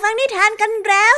ฟังนิทานกันแล้ว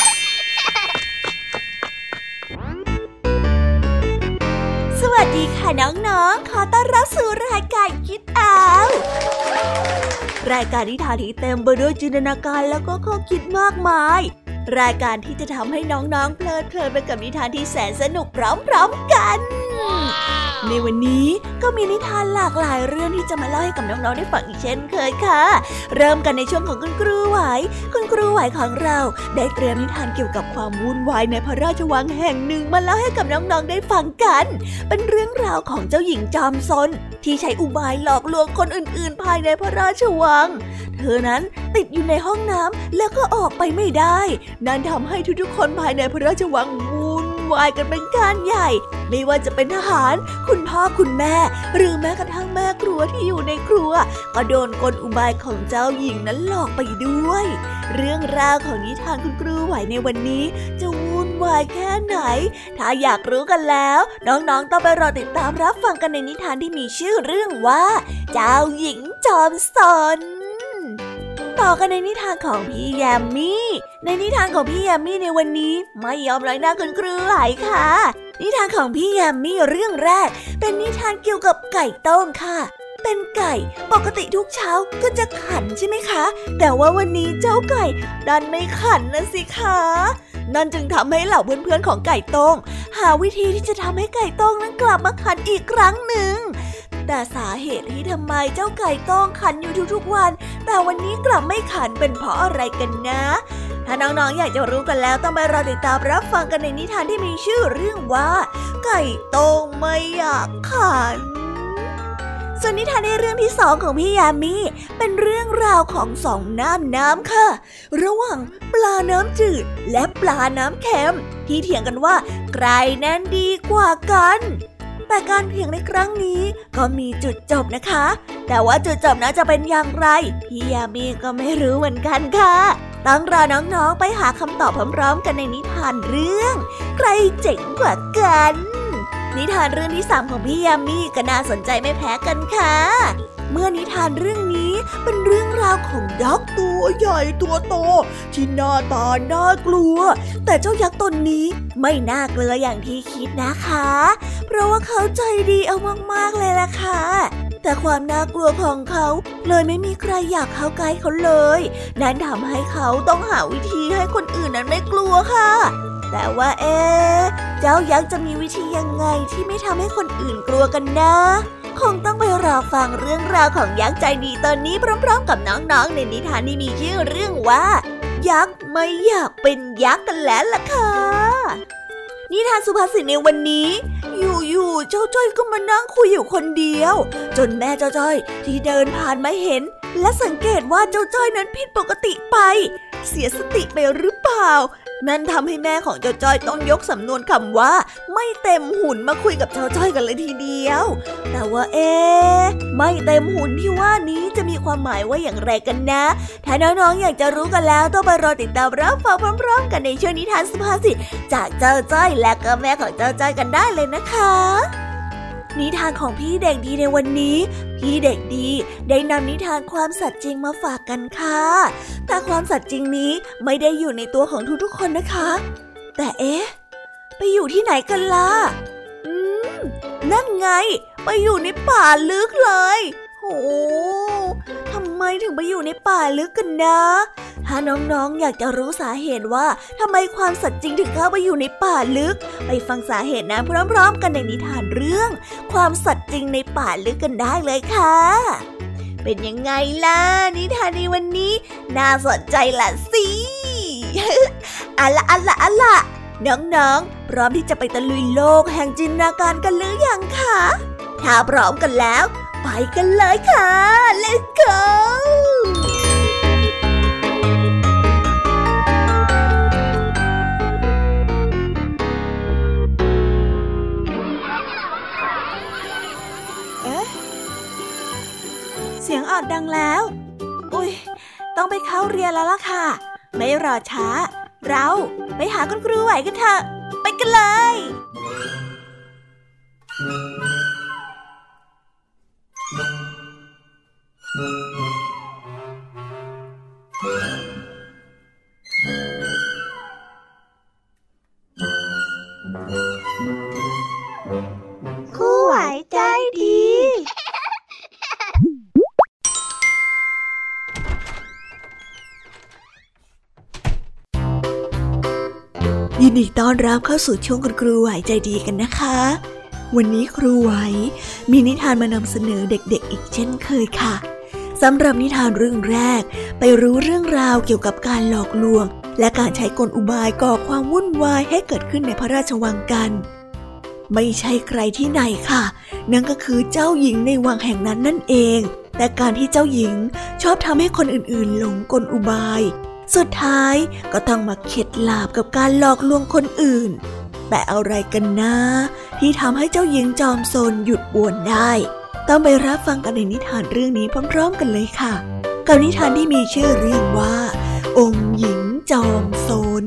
สวัสดีค่ะน้องๆขอต้อนรับสู่รายการคิดเอารายการนิทานที่เต็มไปด้วยจินตนาการแล้วก็ข้อคิดมากมายรายการที่จะทำให้น้องๆเพลิดเพลินไปกับนิทานที่แสนสนุกพร้อมๆกันในวันนี้ก็มีนิทานหลากหลายเรื่องที่จะมาเล่าให้กับน้องๆได้ฟังอีกเช่นเคยค่ะเริ่มกันในช่วงของคุณครูไหวคุณครูไหวของเราได้เตรียมนิทานเกี่ยวกับความวุ่นวายในพระราชวังแห่งหนึ่งมาเล่าให้กับน้องๆได้ฟังกันเป็นเรื่องราวของเจ้าหญิงจอมซนที่ใช้อุบายหลอกลวงคนอื่นๆภายในพระราชวังเธอนั้นติดอยู่ในห้องน้ำแล้วก็ออกไปไม่ได้นั่นทำให้ทุกๆคนภายในพระราชวังวุ่นวายกันเป็นการใหญ่ไม่ว่าจะเป็นทหารคุณพ่อคุณแม่หรือแม้กระทั่งแม่ครัวที่อยู่ในครัวก็โดนกลอุบายของเจ้าหญิงนั้นหลอกไปด้วยเรื่องราวของนิทานคุณครูไหวในวันนี้จะวุ่นวายแค่ไหนถ้าอยากรู้กันแล้วน้องๆต้องไปรอติดตามรับฟังกันในนิทานที่มีชื่อเรื่องว่าเจ้าหญิงจอมซนต่อกันในนิทานของพี่แยมมี่ในนิทานของพี่แยมมี่ในวันนี้ไม่ยอมน้อยหน้าคุณครูไหวค่ะนิทานของพี่แยมมี่เรื่องแรกเป็นนิทานเกี่ยวกับไก่ต้มค่ะเป็นไก่ปกติทุกเช้าก็จะขันใช่ไหมคะแต่ว่าวันนี้เจ้าไก่ดันไม่ขันนะสิคะนั่นจึงทำให้เหล่าเพื่อนๆของไก่ต้มหาวิธีที่จะทำให้ไก่ต้มนั้นกลับมาขันอีกครั้งหนึ่งแต่สาเหตุที่ทำไมเจ้าไก่ต้มขันอยู่ทุกๆวันแต่วันนี้กลับไม่ขันเป็นเพราะอะไรกันนะถ้าน้องๆอยากจะรู้กันแล้วต้องไปรอติดตามรับฟังกันในนิทานที่มีชื่อเรื่องว่าไก่ต้มไม่อยากขันส่วนนิทานในเรื่องที่2ของพี่ยามีเป็นเรื่องราวของ2น่านน้ำค่ะระหว่างปลาน้ำจืดและปลาน้ำเค็มที่เถียงกันว่าใครนั้นดีกว่ากันแต่การเถียงในครั้งนี้ก็มีจุดจบนะคะแต่ว่าจุดจบนั้นจะเป็นอย่างไรพี่ยามีก็ไม่รู้เหมือนกันค่ะต้องรอน้องๆไปหาคำตอบพร้อมๆกันในนิทานเรื่องใครเจ๋งกว่ากันนิทานเรื่องที่3ของพี่ยามีก็น่าสนใจไม่แพ้กันค่ะเมื่อนิทานเรื่องนี้เป็นเรื่องราวของยักษ์ตัวใหญ่ตัวโตที่หน้าตาน่ากลัวแต่เจ้ายักษ์ตนนี้ไม่น่ากลัวอย่างที่คิดนะคะเพราะว่าเขาใจดีเอามากๆเลยล่ะค่ะแต่ความน่ากลัวของเขาเลยไม่มีใครอยากเข้าใกล้เขาเลยนั่นทำให้เขาต้องหาวิธีให้คนอื่นนั้นไม่กลัวค่ะแต่ว่าเจ้ายักษ์จะมีวิธียังไงที่ไม่ทำให้คนอื่นกลัวกันนะคงต้องไปรอฟังเรื่องราวของยักษ์ใจดีตอนนี้พร้อมๆกับน้องๆในนิทานที่มีชื่อเรื่องว่ายักษ์ไม่อยากเป็นยักษ์กันแล้วล่ะค่ะนิทานสุภาษิตในวันนี้อยู่ๆเจ้าจ้อยก็มานั่งคุยอยู่คนเดียวจนแม่เจ้าจ้อยที่เดินผ่านมาเห็นและสังเกตว่าเจ้าจ้อยนั้นผิดปกติไปเสียสติไปหรือเปล่านั่นทำให้แม่ของเจ้าจ้อยต้องยกสำนวนคำว่าไม่เต็มหุ่นมาคุยกับเจ้าจ้อยกันเลยทีเดียวแต่ว่าไม่เต็มหุ่นที่ว่านี้จะมีความหมายว่าอย่างไรกันนะถ้าน้องๆอยากจะรู้กันแล้วต้องไปรอติดตามรับฟังพร้อมๆกันในช่วงนิทานสุภาษิตจากเจ้าจ้อยและก็แม่ของเจ้าจ้อยกันได้เลยนะคะนิทานของพี่เด็กดีในวันนี้พี่เด็กดีได้นำนิทานความสัตย์จริงมาฝากกันค่ะแต่ความสัตย์จริงนี้ไม่ได้อยู่ในตัวของทุกๆคนนะคะแต่ไปอยู่ที่ไหนกันล่ะนั่นไงไปอยู่ในป่าลึกเลยโอ้ทำไมถึงไปอยู่ในป่าลึกกันนะถ้าน้องๆอยากจะรู้สาเหตุว่าทำไมความสัตย์จริงถึงเข้าไปอยู่ในป่าลึกไปฟังสาเหตุนั้นพร้อมๆกันในนิทานเรื่องความสัตย์จริงในป่าลึกกันได้เลยค่ะเป็นยังไงล่ะนิทานในวันนี้น่าสนใจล่ะสิ อะละน้องๆพร้อมที่จะไปตะลุยโลกแห่งจินตนาการกันหรือยังคะถ้าพร้อมกันแล้วไปกันเลยค่ะ Let's goเสียงออดดังแล้วอุ๊ยต้องไปเข้าเรียนแล้วล่ะค่ะไม่รอช้าเราไปหาคุณครูไหวกันเถอะไปกันเลยยินดีต้อนรับเข้าสู่ช่วงคุณครูไหวใจดีกันนะคะวันนี้ครูไหวมีนิทานมานำเสนอเด็กๆอีกเช่นเคยค่ะสำหรับนิทานเรื่องแรกไปรู้เรื่องราวเกี่ยวกับการหลอกลวงและการใช้กลอุบายก่อความวุ่นวายให้เกิดขึ้นในพระราชวังกันไม่ใช่ใครที่ไหนค่ะนั่นก็คือเจ้าหญิงในวังแห่งนั้นนั่นเองแต่การที่เจ้าหญิงชอบทำให้คนอื่นๆหลงกลอุบายสุดท้ายก็ต้องมาเข็ดหลาบกับการหลอกลวงคนอื่นแต่อะไรกันนะที่ทำให้เจ้าหญิงจอมซนหยุดป่วนได้ต้องไปรับฟังกันในนิทานเรื่องนี้พร้อมๆกันเลยค่ะกับนิทานที่มีชื่อเรื่องว่าองค์หญิงจอมซน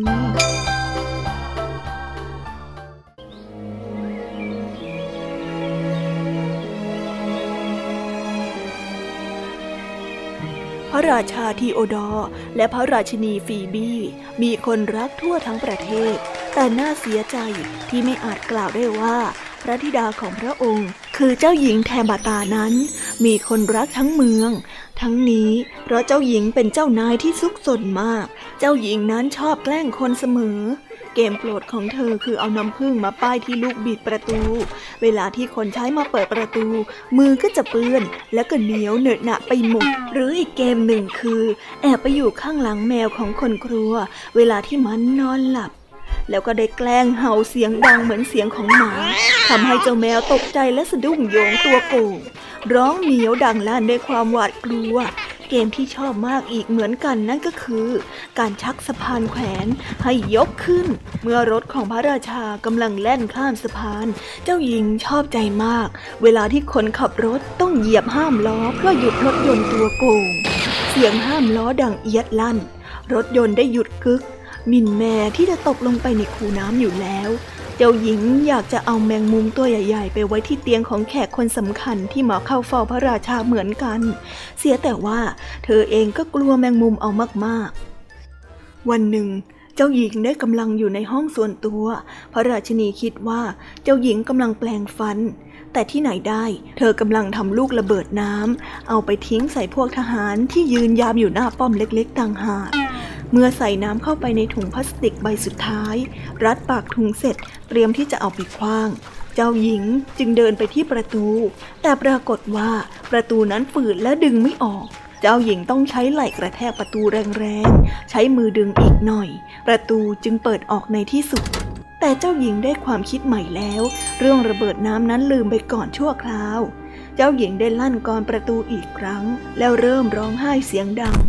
พระราชาทีโอดอร์และพระราชินีฟีบีมีคนรักทั่วทั้งประเทศแต่น่าเสียใจที่ไม่อาจกล่าวได้ว่าพระธิดาของพระองค์คือเจ้าหญิงแทมบาตานั้นมีคนรักทั้งเมืองทั้งนี้เพราะเจ้าหญิงเป็นเจ้านายที่ซุกซนมากเจ้าหญิงนั้นชอบแกล้งคนเสมอเกมโปรดของเธอคือเอาน้ำผึ้งมาป้ายที่ลูกบิดประตูเวลาที่คนใช้มาเปิดประตูมือก็จะเปื้อนและก็เหนียวเหนอะหนะไปหมดหรืออีกเกมหนึ่งคือแอบไปอยู่ข้างหลังแมวของคนครัวเวลาที่มันนอนหลับแล้วก็ได้แกล้งเห่าเสียงดังเหมือนเสียงของหมาทำให้เจ้าแมวตกใจและสะดุ้งโยงตัวโก่งร้องเหมียวดังลั่นด้วยความหวาดกลัวเกมที่ชอบมากอีกเหมือนกันนั่นก็คือการชักสะพานแขวนให้ยกขึ้นเมื่อรถของพระราชากำลังแล่นข้ามสะพานเจ้าหญิงชอบใจมากเวลาที่คนขับรถต้องเหยียบห้ามล้อเพื่อหยุดรถยนต์ตัวโก่งเสียงห้ามล้อดังเอียดลั่นรถยนต์ได้หยุดกึกมินแม่ที่จะตกลงไปในคูน้ำอยู่แล้วเจ้าหญิงอยากจะเอาแมงมุมตัวใหญ่ๆไปไว้ที่เตียงของแขกคนสำคัญที่มาเข้าเฝ้าพระราชาเหมือนกันเสียแต่ว่าเธอเองก็กลัวแมงมุมเอามากๆวันหนึ่งเจ้าหญิงได้กำลังอยู่ในห้องส่วนตัวพระราชินีคิดว่าเจ้าหญิงกำลังแปลงฟันแต่ที่ไหนได้เธอกำลังทำลูกระเบิดน้ำเอาไปทิ้งใส่พวกทหารที่ยืนยามอยู่หน้าป้อมเล็กๆต่างหากเมื่อใส่น้ำเข้าไปในถุงพลาสติกใบสุดท้ายรัดปากถุงเสร็จเตรียมที่จะเอาไปขว้างเจ้าหญิงจึงเดินไปที่ประตูแต่ปรากฏว่าประตูนั้นฝืดและดึงไม่ออกเจ้าหญิงต้องใช้ไหล่กระแทกประตูแรงๆใช้มือดึงอีกหน่อยประตูจึงเปิดออกในที่สุดแต่เจ้าหญิงได้ความคิดใหม่แล้วเรื่องระเบิดน้ำนั้นลืมไปก่อนชั่วคราวเจ้าหญิงได้ลั่นกลอนประตูอีกครั้งแล้วเริ่มร้องไห้เสียงดัง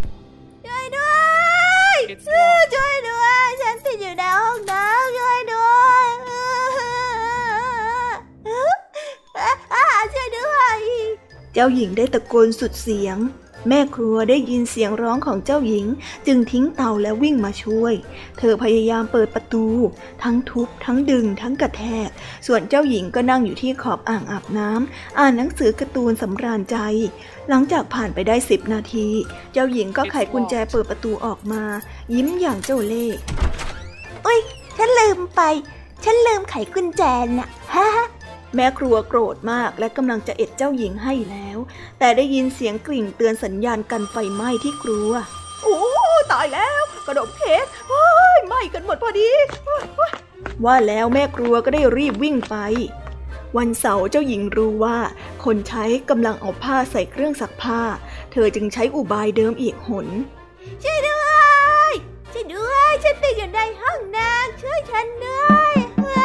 ช่วยด้วยฉันติดอยู่ในห้องน้ำช่วยด้วยช่วยด้วยเจ้าหญิงได้ตะโกนสุดเสียงแม่ครัวได้ยินเสียงร้องของเจ้าหญิงจึงทิ้งเตาและวิ่งมาช่วยเธอพยายามเปิดประตูทั้งทุบทั้งดึงทั้งกระแทกส่วนเจ้าหญิงก็นั่งอยู่ที่ขอบอ่างอาบน้ำอ่านหนังสือการ์ตูนสำราญใจหลังจากผ่านไปได้10 นาทีเจ้าหญิงก็ไขกุญแจเปิดประตูออกมายิ้มอย่างเจ้าเล่ห์อุ๊ยฉันลืมไขกุญแจน่ะฮ่าแม่ครัวโกรธมากและกำลังจะเอ็ดเจ้าหญิงให้แล้วแต่ได้ยินเสียงกริ่งเตือนสัญญาณกันไฟไหม้ที่ครัวโอ้ตายแล้วขนมเค้กไหม้กันหมดพอดีว่าแล้วแม่ครัวก็ได้รีบวิ่งไปวันเสาร์เจ้าหญิงรู้ว่าคนใช้กำลังเอาผ้าใส่เครื่องซักผ้าเธอจึงใช้อุบายเดิมอีกหนช่วยด้วยฉันติดอยู่ในห้องน้ำช่วยฉันด้วย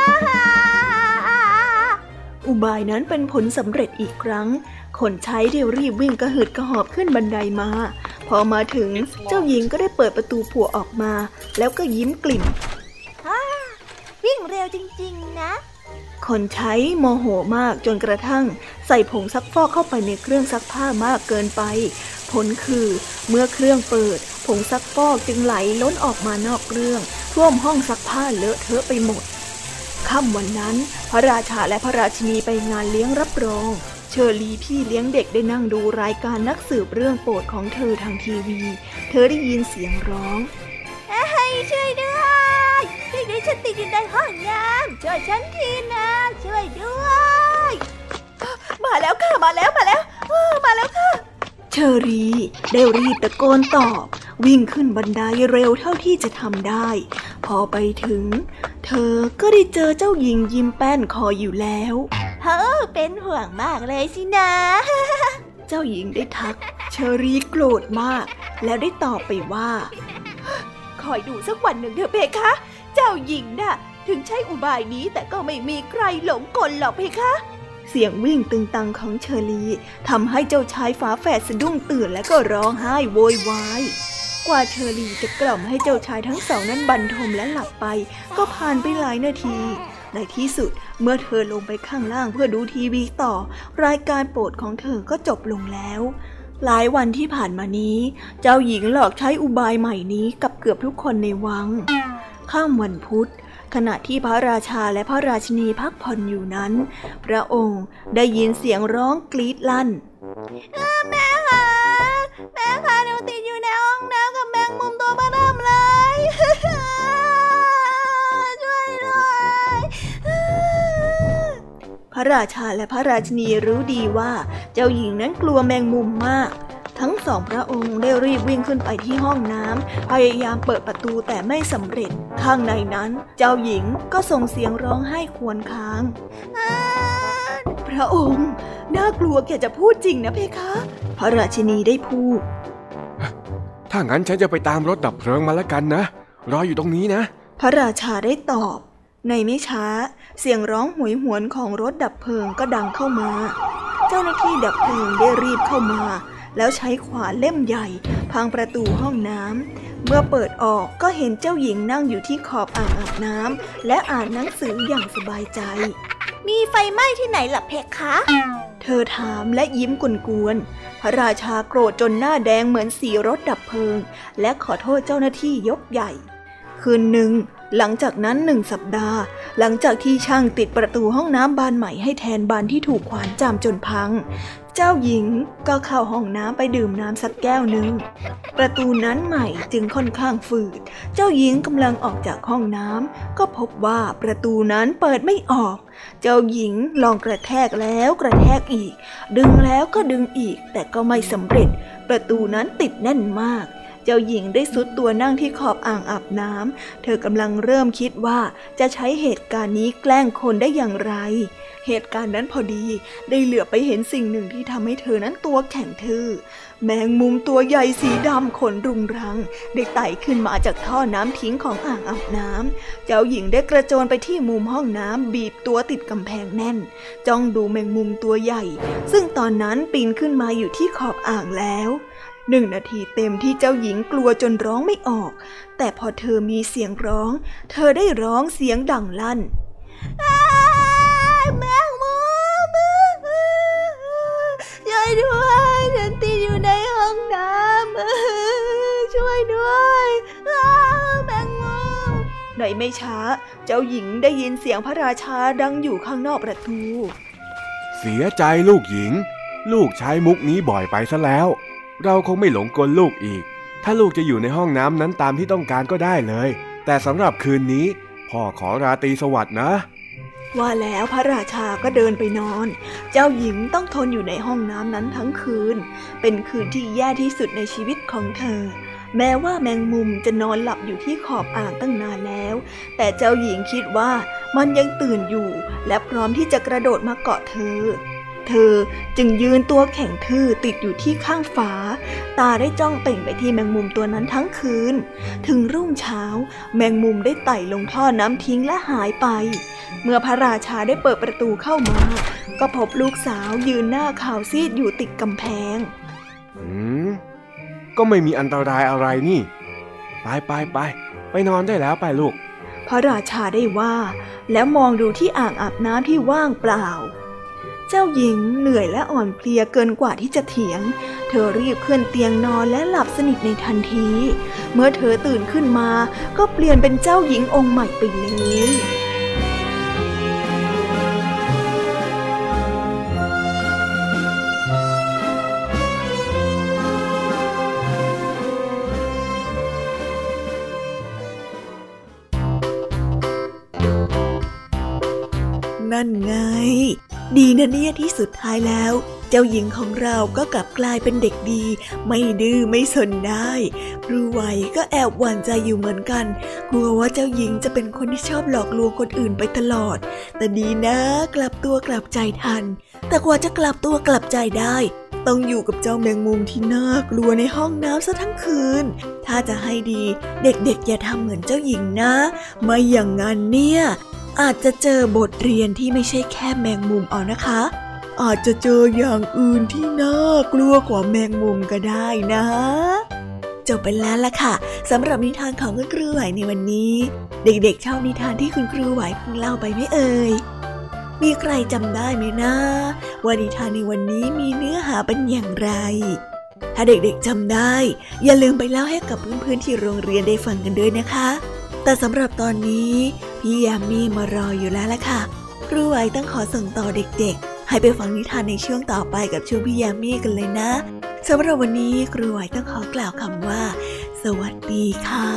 อุบายนั้นเป็นผลสำเร็จอีกครั้งคนใช้ได้รีบวิ่งกระหืดกระหอบขึ้นบันไดมาพอมาถึงเจ้าหญิงก็ได้เปิดประตูผัวออกมาแล้วก็ยิ้มกลิ่มวิ่งเร็วจริงๆนะคนใช้โมโหมากจนกระทั่งใส่ผงซักฟอกเข้าไปในเครื่องซักผ้ามากเกินไปผลคือเมื่อเครื่องเปิดผงซักฟอกจึงไหลล้นออกมานอกเครื่องท่วมห้องซักผ้าเลอะเทอะไปหมดค่ำวันนั้นพระราชาและพระราชินีไปงานเลี้ยงรับรองเชอรี่พี่เลี้ยงเด็กได้นั่งดูรายการนักสืบเรื่องโปรดของเธอทางทีวีเธอได้ยินเสียงร้องช่วยด้วยฉันติดอยู่ในห้องน้ำช่วยฉันทีนะช่วยด้วยมาแล้วค่ะมาแล้วค่ะเชอรี่ได้รีบตะโกนตอบวิ่งขึ้นบันไดเร็วเท่าที่จะทำได้พอไปถึงเธอก็ได้เจอเจ้าหญิงยิ้มแป้นคอยอยู่แล้วเธอเป็นห่วงมากเลยสินะ เจ้าหญิงได้ทักเชอรี่โกรธมากแล้วได้ตอบไปว่าคอยดูสักวันหนึ่งเถอะเพคะเจ้าหญิงน่ะถึงใช้อุบายนี้แต่ก็ไม่มีใครหลงกลหรอกเพคะเสียงวิ่งตึงตังของเชอรี่ทำให้เจ้าชายฝาแฝดสะดุ้งตื่นและก็ร้องไห้โวยวายกว่าเชอรี่จะกล่อมให้เจ้าชายทั้งสองนั้นบรรทมและหลับไปก็ผ่านไปหลายนาทีในที่สุดเมื่อเธอลงไปข้างล่างเพื่อดูทีวีต่อรายการโปรดของเธอก็จบลงแล้วหลายวันที่ผ่านมานี้เจ้าหญิงหลอกใช้อุบายใหม่นี้กับเกือบทุกคนในวังค่ำวันพุธขณะที่พระราชาและพระราชินีพักผ่อนอยู่นั้นพระองค์ได้ยินเสียงร้องกรี๊ดลั่นแม่คะแม่คะหนูติดอยู่ในห้องน้ำกับแมงมุมตัวเบ้อเลย ช่วยด้วยพระราชาและพระราชินีรู้ดีว่าเจ้าหญิงนั้นกลัวแมงมุมมากทั้งสองพระองค์ได้รีบวิ่งขึ้นไปที่ห้องน้ำพยายามเปิดประตูแต่ไม่สำเร็จข้างในนั้นเจ้าหญิงก็ส่งเสียงร้องไห้ครวญครางพระองค์น่ากลัวแกจะพูดจริงนะเพคะพระราชินีได้พูดถ้างั้นฉันจะไปตามรถดับเพลิงมาแล้วกันนะรออยู่ตรงนี้นะพระราชาได้ตอบในไม่ช้าเสียงร้องโหยหวนของรถดับเพลิงก็ดังเข้ามาเจ้าหน้าที่ดับเพลิงได้รีบเข้ามาแล้วใช้ขวานเล่มใหญ่พังประตูห้องน้ำเมื่อเปิดออกก็เห็นเจ้าหญิงนั่งอยู่ที่ขอบอ่างอาบน้ำและอ่านหนังสืออย่างสบายใจมีไฟไหม้ที่ไหนล่ะเพคะเธอถามและยิ้มกวนๆพระราชาโกรธจนหน้าแดงเหมือนสีรถดับเพลิงและขอโทษเจ้าหน้าที่ยกใหญ่คืนหนึ่งหลังจากนั้น1 สัปดาห์หลังจากที่ช่างติดประตูห้องน้ำบานใหม่ให้แทนบานที่ถูกขวานจามจนพังเจ้าหญิงก็เข้าห้องน้ำไปดื่มน้ำสักแก้วหนึ่งประตูนั้นใหม่จึงค่อนข้างฝืดเจ้าหญิงกำลังออกจากห้องน้ำก็พบว่าประตูนั้นเปิดไม่ออกเจ้าหญิงลองกระแทกแล้วกระแทกอีกดึงแล้วก็ดึงอีกแต่ก็ไม่สำเร็จประตูนั้นติดแน่นมากเจ้าหญิงได้ทรุดตัวนั่งที่ขอบอ่างอาบน้ำเธอกำลังเริ่มคิดว่าจะใช้เหตุการณ์นี้แกล้งคนได้อย่างไรเหตุการณ์นั้นพอดีได้เหลือบไปเห็นสิ่งหนึ่งที่ทำให้เธอนั้นตัวแข็งทื่อแมงมุมตัวใหญ่สีดำขนรุงรังได้ไต่ขึ้นมาจากท่อน้ำทิ้งของอ่างอาบน้ำเจ้าหญิงได้กระโจนไปที่มุมห้องน้ำบีบตัวติดกำแพงแน่นจ้องดูแมงมุมตัวใหญ่ซึ่งตอนนั้นปีนขึ้นมาอยู่ที่ขอบอ่างแล้ว1 นาทีเต็มที่เจ้าหญิงกลัวจนร้องไม่ออกแต่พอเธอมีเสียงร้องเธอได้ร้องเสียงดังลั่นแมงมุมช่วยด้วยฉันติดอยู่ในห้องน้ำช่วยด้วยแมงมุมในไม่ช้าเจ้าหญิงได้ยินเสียงพระราชาดังอยู่ข้างนอกประตูเสียใจลูกหญิงลูกใช้มุกนี้บ่อยไปซะแล้วเราคงไม่หลงกลลูกอีกถ้าลูกจะอยู่ในห้องน้ำนั้นตามที่ต้องการก็ได้เลยแต่สำหรับคืนนี้พ่อขอราตรีสวัสดิ์นะว่าแล้วพระราชาก็เดินไปนอนเจ้าหญิงต้องทนอยู่ในห้องน้ำนั้นทั้งคืนเป็นคืนที่แย่ที่สุดในชีวิตของเธอแม้ว่าแมงมุมจะนอนหลับอยู่ที่ขอบอ่างตั้งนานแล้วแต่เจ้าหญิงคิดว่ามันยังตื่นอยู่และพร้อมที่จะกระโดดมาเกาะเธอจึงยืนตัวแข็งทื่อติดอยู่ที่ข้างฝาตาได้จ้องเป่งไปที่แมงมุมตัวนั้นทั้งคืนถึงรุ่งเช้าแมงมุมได้ไต่ลงท่อน้ำทิ้งและหายไปเมื่อพระราชาได้เปิดประตูเข้ามาก็พบลูกสาวยืนหน้าขาวซีดอยู่ติดกำแพงก็ไม่มีอันตรายอะไรนี่ไปนอนได้แล้วไปลูกพระราชาได้ว่าแล้วมองดูที่อ่างอาบน้ำที่ว่างเปล่าเจ้าหญิงเหนื่อยและอ่อนเพลียเกินกว่าที่จะเถียงเธอรีบขึ้นเตียงนอนและหลับสนิทในทันทีเมื่อเธอตื่นขึ้นมาก็เปลี่ยนเป็นเจ้าหญิงองค์ใหม่ไปเลยนั่นไงดีนะเนี่ยที่สุดท้ายแล้วเจ้าหญิงของเราก็กลับกลายเป็นเด็กดีไม่ดื้อไม่สนได้ครูไหวก็แอบหวั่นใจอยู่เหมือนกันกลัวว่าเจ้าหญิงจะเป็นคนที่ชอบหลอกลวงคนอื่นไปตลอดแต่ดีนะกลับตัวกลับใจทันแต่กว่าจะกลับตัวกลับใจได้ต้องอยู่กับเจ้าแมงมุมที่น่ากลัวในห้องน้ำซะทั้งคืนถ้าจะให้ดีเด็กๆอย่าทำเหมือนเจ้าหญิงนะไม่อย่างนั้นเนี่ยอาจจะเจอบทเรียนที่ไม่ใช่แค่แมงมุมเอานะคะอาจจะเจออย่างอื่นที่น่ากลัวกว่าแมงมุมก็ได้นะจบไปแล้วล่ะค่ะสำหรับนิทานของคุณครูไหวในวันนี้เด็กๆชอบนิทานที่คุณครูไหวเพิ่งเล่าไปไหมเอ่ยมีใครจำได้ไหมนะว่านิทานในวันนี้มีเนื้อหาเป็นอย่างไรถ้าเด็กๆจำได้อย่าลืมไปเล่าให้กับเพื่อนๆที่โรงเรียนได้ฟังกันด้วยนะคะแต่สำหรับตอนนี้พี่ยามีมารออยู่แล้วล่ะค่ะครูไหวต้องขอส่งต่อเด็กๆให้ไปฟังนิทานในช่วงต่อไปกับช่วงพี่ยามีกันเลยนะสำหรับวันนี้ครูไหวต้องขอกล่าวคำว่าสวัสดีค่ะ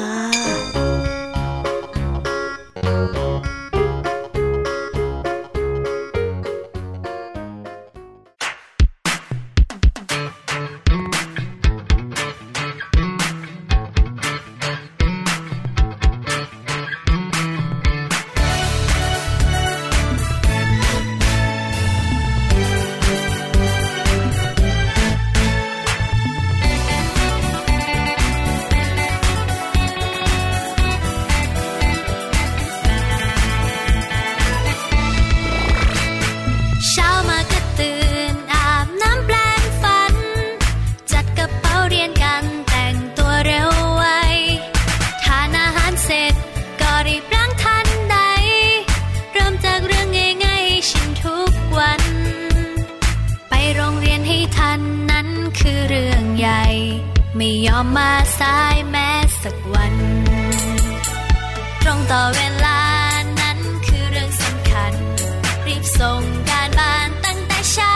ไม่ยอมมาสายแม้สักวันตรงต่อเวลานั้นคือเรื่องสำคัญรีบส่งการบ้านตั้งแต่เช้า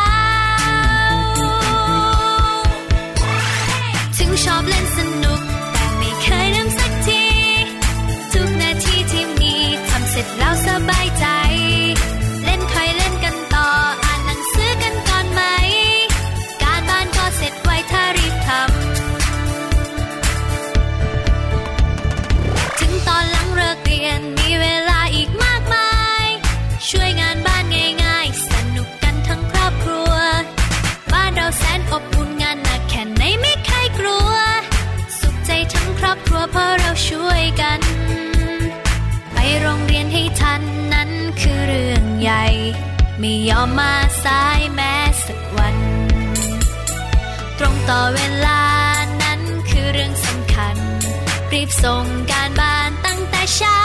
ถึงชอบเล่นสนุกแต่ไม่เคยลืมสักทีทุกนาทีที่มีทำเสร็จแล้วสบายใจเล่นค่อยเล่นกันต่ออ่านหนังสือกันก่อนไหมการบ้านก็เสร็จไวถ้ารีบทำตอนหลังเลิกเรียนมีเวลาอีกมากมายช่วยงานบ้านง่ายๆสนุกกันทั้งครอบครัวบ้านเราแสนอบอุ่นงานหนักแค่ไหนไม่เคยกลัวสุขใจทั้งครอบครัวเพราะเราช่วยกันไปโรงเรียนให้ทันนั้นคือเรื่องใหญ่ไม่ยอมมาสายแม้สักวันตรงต่อเวลานั้นคือเรื่องสำคัญรีบส่งการบ้านตั้งแต่เช้า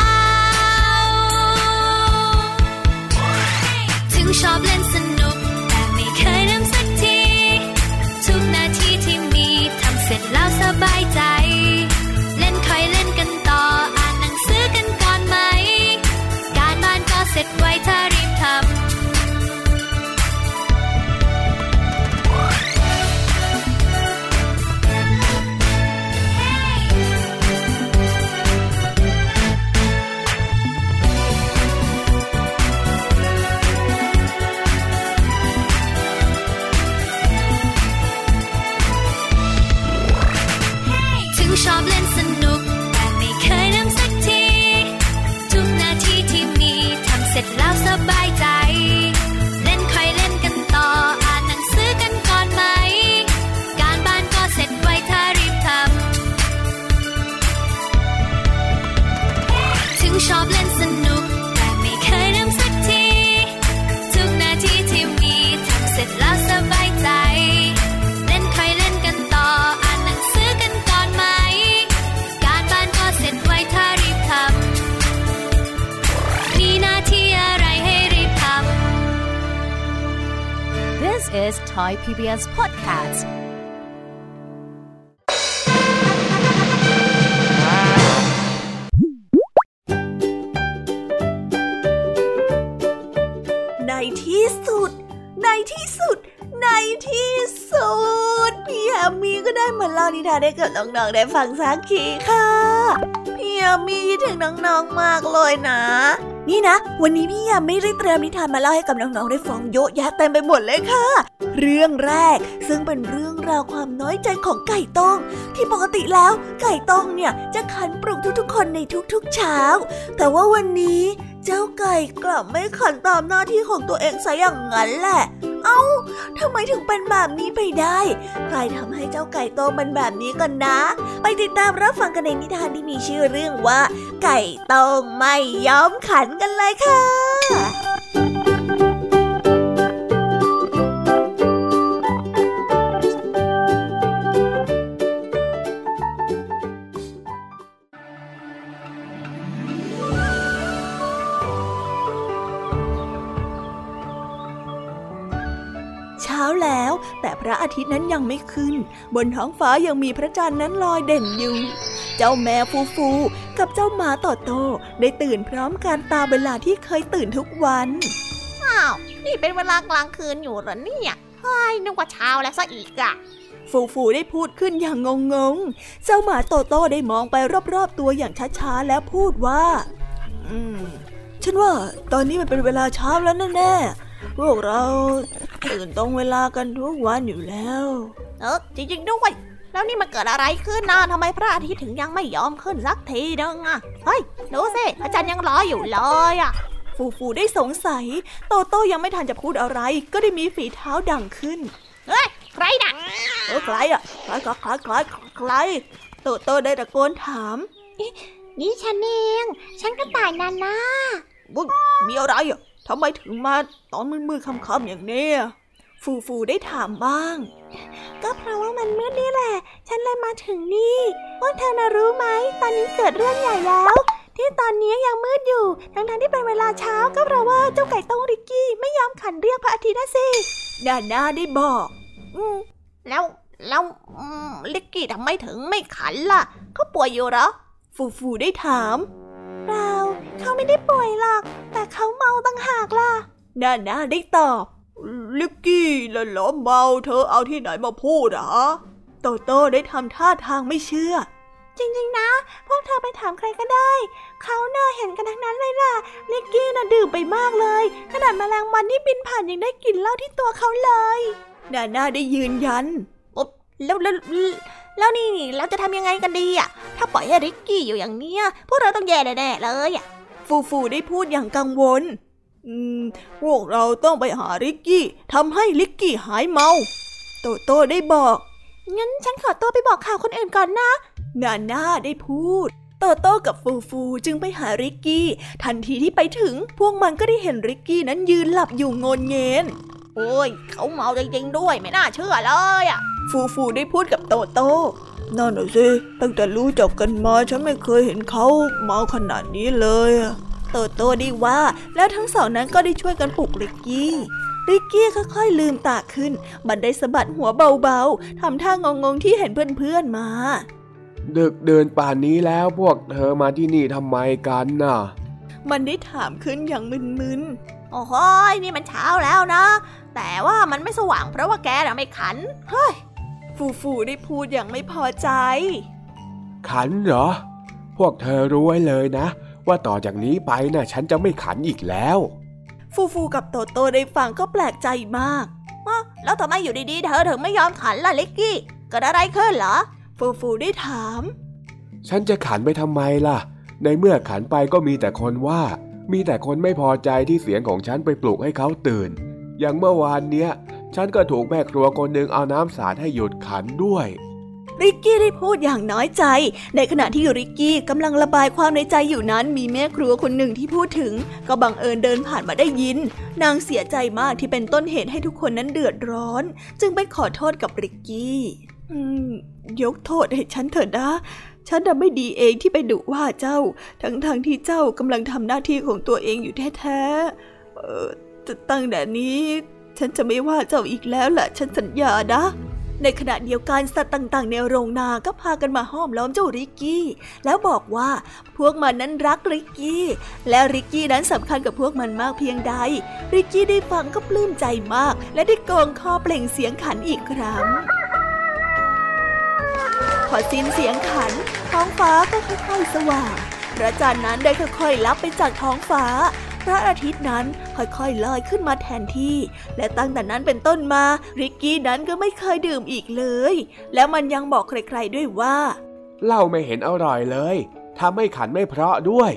ถึงชอบเล่นสนุกแต่ไม่เคยลืมสักทีทุกนาทีที่มีทำเสร็จแล้วสบายใจเล่นค่อยเล่นกันต่ออ่านหนังสือกันก่อนไหมการบ้านก็เสร็จไวถ้ารีบทำชอบเล่นสนุกแต่ไม่เคยลืมสักทีทุกนาทีที่มีทำเสร็จแล้วสบายใจเล่นค่อยเล่นกันต่ออ่านหนังสือกันก่อนไหมการบ้านก็เสร็จไวถ้ารีบทำถึงชอบเล่นสนุกแต่ไม่เคยลืมสักทีทุกนาทีที่มีทำเสร็จแล้วสบายใจเล่นค่อยเล่นกันต่ออ่านหนังสือกันก่อนไหมการบ้านก็เสร็จไวถ้ารีบทำมีหน้าที่อะไรให้รีบทำ This is Thai PBS Podcast ในที่สุดพี่ยามีก็ได้มาเล่านิทานให้กับน้องๆได้ฟังสักทีค่ะพี่ยามีคิดถึงน้องๆมากเลยนะนี่นะวันนี้พี่ยาไม่ได้เตรียมนิทานมาเล่าให้กับน้องๆได้ฟังเยอะแยะเต็มไปหมดเลยค่ะเรื่องแรกซึ่งเป็นเรื่องราวความน้อยใจของไก่ต้งที่ปกติแล้วไก่ต้งเนี่ยจะขันปลุกทุกๆคนในทุกๆเช้าแต่ว่าวันนี้เจ้าไก่กลับไม่ขันตามหน้าที่ของตัวเองซะอย่างนั้นแหละเอ้าทำไมถึงเป็นแบบนี้ไปได้ใครทำให้เจ้าไก่โตเป็นแบบนี้กันนะไปติดตามรับฟังกันในนิทานที่มีชื่อเรื่องว่าไก่โตไม่ยอมขันกันเลยค่ะเช้าแล้วแต่พระอาทิตย์นั้นยังไม่ขึ้นบนท้องฟ้ายังมีพระจันทร์นั้นลอยเด่นอยู่เจ้าแมวฟูฟูกับเจ้าหมาโตโตได้ตื่นพร้อมกันตามเวลาที่เคยตื่นทุกวันอ้าวนี่เป็นเวลากลางคืนอยู่เหรอเนี่ยเฮ้ยนึกว่าเช้าแล้วซะอีกอะฟูฟูได้พูดขึ้นอย่างงงๆเจ้าหมาโตโตได้มองไปรอบๆตัวอย่างช้าๆแล้วพูดว่าฉันว่าตอนนี้มันเป็นเวลาเช้าแล้วแน่ๆพวกเราตื่นตรงเวลากันทุกวันอยู่แล้วจริงๆด้วยแล้วนี่มันเกิดอะไรขึ้นนะทำไมพระอาทิตย์ถึงยังไม่ยอมขึ้นสักทีนึงอะเฮ้ยดูสิพระจันทร์ยังลอยอยู่เลยอะฟูฟูได้สงสัยโตโต้ยังไม่ทันจะพูดอะไรก็ได้มีฝีเท้าดังขึ้นเฮ้ยใครน่ะใครอะใครโตโต้ได้ตะโกนถามนี่ฉันเองฉันกระต่ายนานามีอะไรอ่ะทำไมถึงมาตอนมืดๆค่ำๆอย่างนี้ฟูฟูได้ถามบ้างก็เพราะว่ามันมืดนี่แหละฉันเลยมาถึงนี่พวกเธอน่ะรู้ไหมตอนนี้เกิดเรื่องใหญ่แล้วที่ตอนนี้ยังมืดอยู่ทั้งที่เป็นเวลาเช้าก็เพราะว่าเจ้าไก่ต้งริกกี้ไม่ยอมขันเรียกพระอาทิตย์นะสิดาน่าได้บอกแล้วริกกี้ทำไมถึงไม่ขันล่ะเขาป่วยอยู่เหรอฟูฟูได้ถามเปล่าเขาไม่ได้ป่วยหรอกแต่เขาเมาต่างหากล่ะดาน่าได้ตอบลิกกี้ละล้อเมาเธอเอาที่ไหนมาพูดอ่ะโตโต้ได้ทำท่าทางไม่เชื่อจริงๆนะพวกเธอไปถามใครก็ได้เขาน่าเห็นกันทั้งนั้นเลยล่ะลิกกี้น่ะดื่มไปมากเลยขนาดแมลงวันที่บินผ่านยังได้กลิ่นเหล้าที่ตัวเขาเลยดาน่าได้ยืนยันแล้วนี่เราจะทำยังไงกันดีอ่ะถ้าปล่อยให้ริกกี้อยู่อย่างเนี้ยพวกเราต้องแย่แน่ๆเลยอ่ะฟูฟูได้พูดอย่างกังวลพวกเราต้องไปหาริกกี้ทำให้ริกกี้หายเมาโตโต้ได้บอกงั้นฉันขอตัวไปบอกข่าวคนอื่นก่อนนะนาน่าได้พูดโตโต้กับฟูฟูจึงไปหาริกกี้ทันทีที่ไปถึงพวกมันก็ได้เห็นริกกี้นั้นยืนหลับอยู่งนเงียนโอ้ยเขาเมาจริงๆด้วยไม่น่าเชื่อเลยอ่ะฟูฟูได้พูดกับโตโต้นั่นน่ะสิตั้งแต่รู้จักกันมาฉันไม่เคยเห็นเขาเมาขนาดนี้เลยโตโต้ได้ว่าแล้วทั้งสองนั้นก็ได้ช่วยกันปลุกริกกี้ค่อยๆลืมตาขึ้นมันได้สะบัดหัวเบาๆทำท่างงๆที่เห็นเพื่อนๆมาดึกเดินป่านนี้แล้วพวกเธอมาที่นี่ทำไมกันน่ะมันได้ถามขึ้นอย่างมึนๆโอ้โหนี่มันเช้าแล้วนะแต่ว่ามันไม่สว่างเพราะว่าแกน่ะไม่ขันเฮ้ยฟูฟูได้พูดอย่างไม่พอใจขันเหรอพวกเธอรู้ไว้เลยนะว่าต่อจากนี้ไปน่ะฉันจะไม่ขันอีกแล้วฟูฟูกับโตโต้ได้ฟังก็แปลกใจมากแล้วทำไมอยู่ดีๆเธอถึงไม่ยอมขันล่ะลิกกี้เกิดอะไรขึ้นเหรอฟูฟูได้ถามฉันจะขันไปทำไมล่ะในเมื่อขันไปก็มีแต่คนว่ามีแต่คนไม่พอใจที่เสียงของฉันไปปลุกให้เขาตื่นอย่างเมื่อวานเนี้ยฉันก็ถูกแม่ครัวคนหนึ่งเอาน้ำสาดให้หยุดขันด้วยริกกี้ได้พูดอย่างน้อยใจในขณะที่ริกกี้กำลังระบายความในใจอยู่นั้นมีแม่ครัวคนหนึ่งที่พูดถึงก็บังเอิญเดินผ่านมาได้ยินนางเสียใจมากที่เป็นต้นเหตุให้ทุกคนนั้นเดือดร้อนจึงไปขอโทษกับริกกี้ยกโทษให้ฉันเถอะนะฉันน่ะไม่ดีเองที่ไปดุว่าเจ้าทั้งที่เจ้ากำลังทำหน้าที่ของตัวเองอยู่แท้ๆตั้งแต่นี้ฉันจะไม่ว่าเจ้าอีกแล้วล่ะฉันสัญญานะในขณะเดียวกันสัตว์ต่างๆในโรงนาก็พากันมาห้อมล้อมเจ้าริกกี้แล้วบอกว่าพวกมันนั้นรักริกกี้และริกกี้นั้นสำคัญกับพวกมันมากเพียงใดริกกี้ได้ฟังก็ปลื้มใจมากและได้กองคอเปล่งเสียงขันอีกครั้งพอสิ้นเสียงขันท้องฟ้าก็ค่อยๆสว่างพระจันทร์นั้นได้ค่อยๆลับไปจากท้องฟ้าพระอาทิตย์นั้นค่อยๆลอยขึ้นมาแทนที่และตั้งแต่นั้นเป็นต้นมาริกกี้นั้นก็ไม่เคยดื่มอีกเลยแล้วมันยังบอกใครๆด้วยว่าเหล้าไม่เห็นอร่อยเลยทำให้ขันไม่เพราะด้วย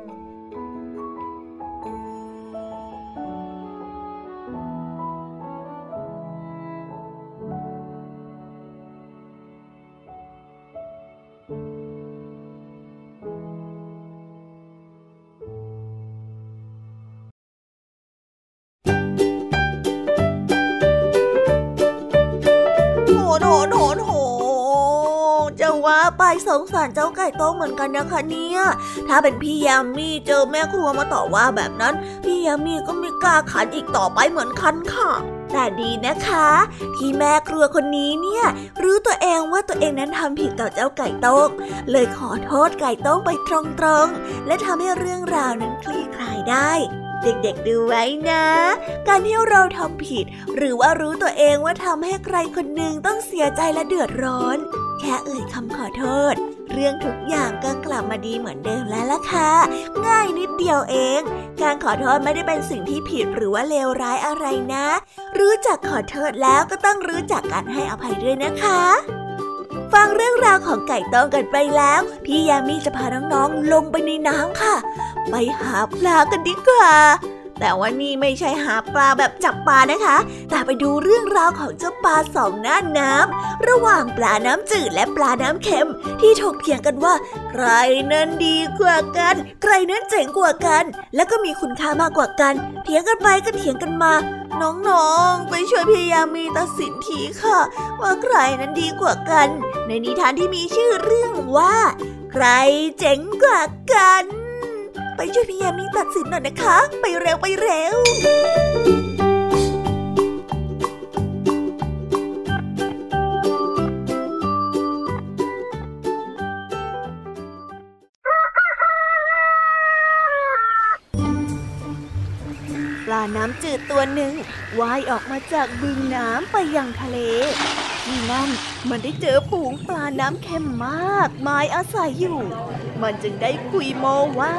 ไปสงสารเจ้าไก่โต้งเหมือนกันนะคะเนี่ยถ้าเป็นพี่ยามีเจอแม่ครัวมาต่อว่าแบบนั้นพี่ยามีก็ไม่กล้าขันอีกต่อไปเหมือนกันค่ะแต่ดีนะคะที่แม่ครัวคนนี้เนี่ยรู้ตัวเองว่าตัวเองนั้นทำผิดต่อเจ้าไก่โต้งเลยขอโทษไก่โต้งไปตรงๆและทำให้เรื่องราวนั้นคลี่คลายได้เด็กๆดูไว้นะการที่เราทำผิดหรือว่ารู้ตัวเองว่าทำให้ใครคนหนึ่งต้องเสียใจและเดือดร้อนแค่เอ่ยคำขอโทษเรื่องทุกอย่างก็กลับมาดีเหมือนเดิมแล้วล่ะค่ะง่ายนิดเดียวเองการขอโทษไม่ได้เป็นสิ่งที่ผิดหรือว่าเลวร้ายอะไรนะรู้จักขอโทษแล้วก็ต้องรู้จักการให้อภัยด้วยนะคะฟังเรื่องราวของไก่โต้งกันไปแล้วพี่ยามีจะพาน้องๆลงไปในน้ำค่ะไปหาปลากันดีกว่าแต่ว่านี่ไม่ใช่หาปลาแบบจับปลานะคะแต่ไปดูเรื่องราวของเจ้าปลาสองหน้าน้ำระหว่างปลาน้ำจืดและปลาน้ำเค็มที่ถกเถียงกันว่าใครนั้นดีกว่ากันใครนั้นเจ๋งกว่ากันและก็มีคุณค่ามากกว่ากันเถียงกันไปก็เถียงกันมาน้องๆไปช่วยพี่ยามีตัดสินทีค่ะว่าใครนั้นดีกว่ากันในนิทานที่มีชื่อเรื่องว่าใครเจ๋งกว่ากันไปช่วยพี่ยามีตัดสินหน่อยนะคะไปเร็วไปเร็วปลาน้ำจืดตัวหนึ่งว่ายออกมาจากบึงน้ำไปยังทะเลที่นั่นมันได้เจอฝูงปลาน้ำเค็มมากมายอาศัยอยู่มันจึงได้คุยโม้ว่า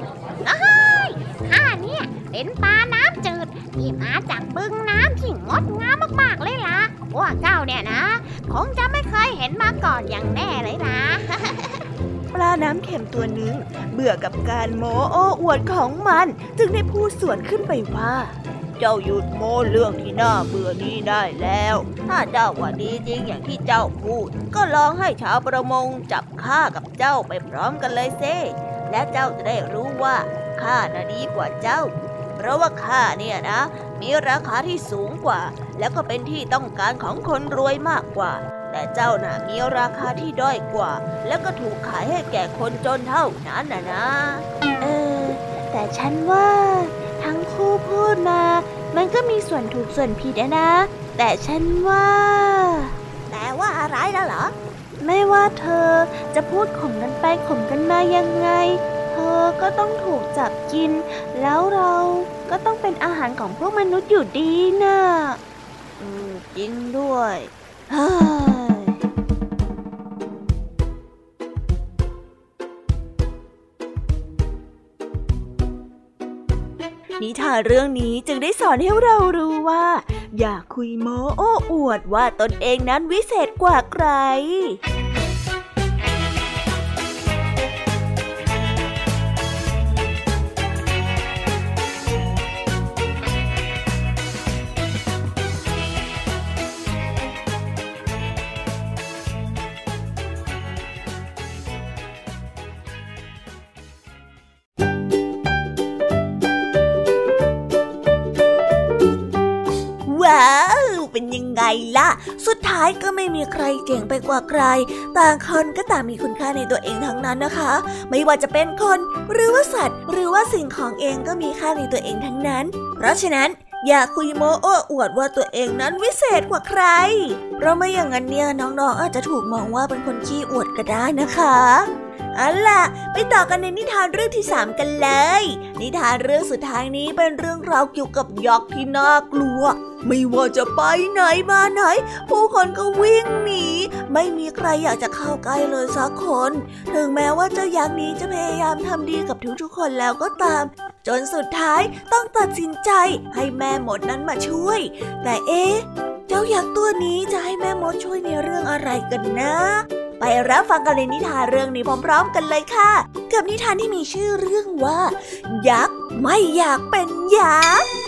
ข้าเนี่ยเป็นปลาน้ำจืดที่มาจากบึงน้ำที่งดงามมากๆเลยล่ะพวกเจ้าเนี่ยนะคงจะไม่เคยเห็นมาก่อนอย่างแน่เลยล่ะปลาน้ำเค็มตัวหนึ่งเบื่อกับการโม้โอ้อวดของมันจึงได้พูดสวนขึ้นไปว่าเจ้าหยุดโม้เรื่องที่น่าเบื่อนี้ได้แล้วถ้าเจ้าว่าดีจริงอย่างที่เจ้าพูดก็ลองให้ชาวประมงจับข้ากับเจ้าไปพร้อมกันเลยสิและเจ้าจะได้รู้ว่าข้าน่ะดีกว่าเจ้าเพราะว่าข้าเนี่ยนะมีราคาที่สูงกว่าแล้วก็เป็นที่ต้องการของคนรวยมากกว่าแต่เจ้าน่ะมีราคาที่ด้อยกว่าแล้วก็ถูกขายให้แก่คนจนเท่านั้นนะแต่ฉันว่าทั้งคู่พูดมามันก็มีส่วนถูกส่วนผิดนะแต่ฉันว่าอะไรล่ะเหรอไม่ว่าเธอจะพูดข่มกันไปข่มกันมายังไงเธอก็ต้องถูกจับกินแล้วเราก็ต้องเป็นอาหารของพวกมนุษย์อยู่ดีน่ะจริงด้วยนิทานเรื่องนี้จึงได้สอนให้เรารู้ว่าอย่าคุยโม้โอ้อวดว่าตนเองนั้นวิเศษกว่าใครเป็นยังไงล่ะสุดท้ายก็ไม่มีใครเจ๋งไปกว่าใครต่างคนก็ต่างมีคุณค่าในตัวเองทั้งนั้นนะคะไม่ว่าจะเป็นคนหรือว่าสัตว์หรือว่าสิ่งของเองก็มีค่าในตัวเองทั้งนั้นเพราะฉะนั้นอย่าคุยโม้โอ้อวดว่าตัวเองนั้นวิเศษกว่าใครเพราะไม่อย่างนั้นเนี่ยน้องๆอาจจะถูกมองว่าเป็นคนขี้อวดก็ได้นะคะเอาล่ะไปต่อกันในนิทานเรื่องที่3กันเลยนิทานเรื่องสุดท้ายนี้เป็นเรื่องราวเกี่ยวกับยักษ์ที่น่ากลัวไม่ว่าจะไปไหนมาไหนผู้คนก็วิ่งหนีไม่มีใครอยากจะเข้าใกล้เลยสักคนถึงแม้ว่าเจ้ายักษ์นี้จะพยายามทำดีกับทุกๆคนแล้วก็ตามจนสุดท้ายต้องตัดสินใจให้แม่มดนั้นมาช่วยแต่เจ้ายักษ์ตัวนี้จะให้แม่มดช่วยในเรื่องอะไรกันนะไปรับฟังกันในนิทานเรื่องนี้พร้อมๆกันเลยค่ะกับนิทานที่มีชื่อเรื่องว่ายักษ์ไม่อยากเป็นยักษ์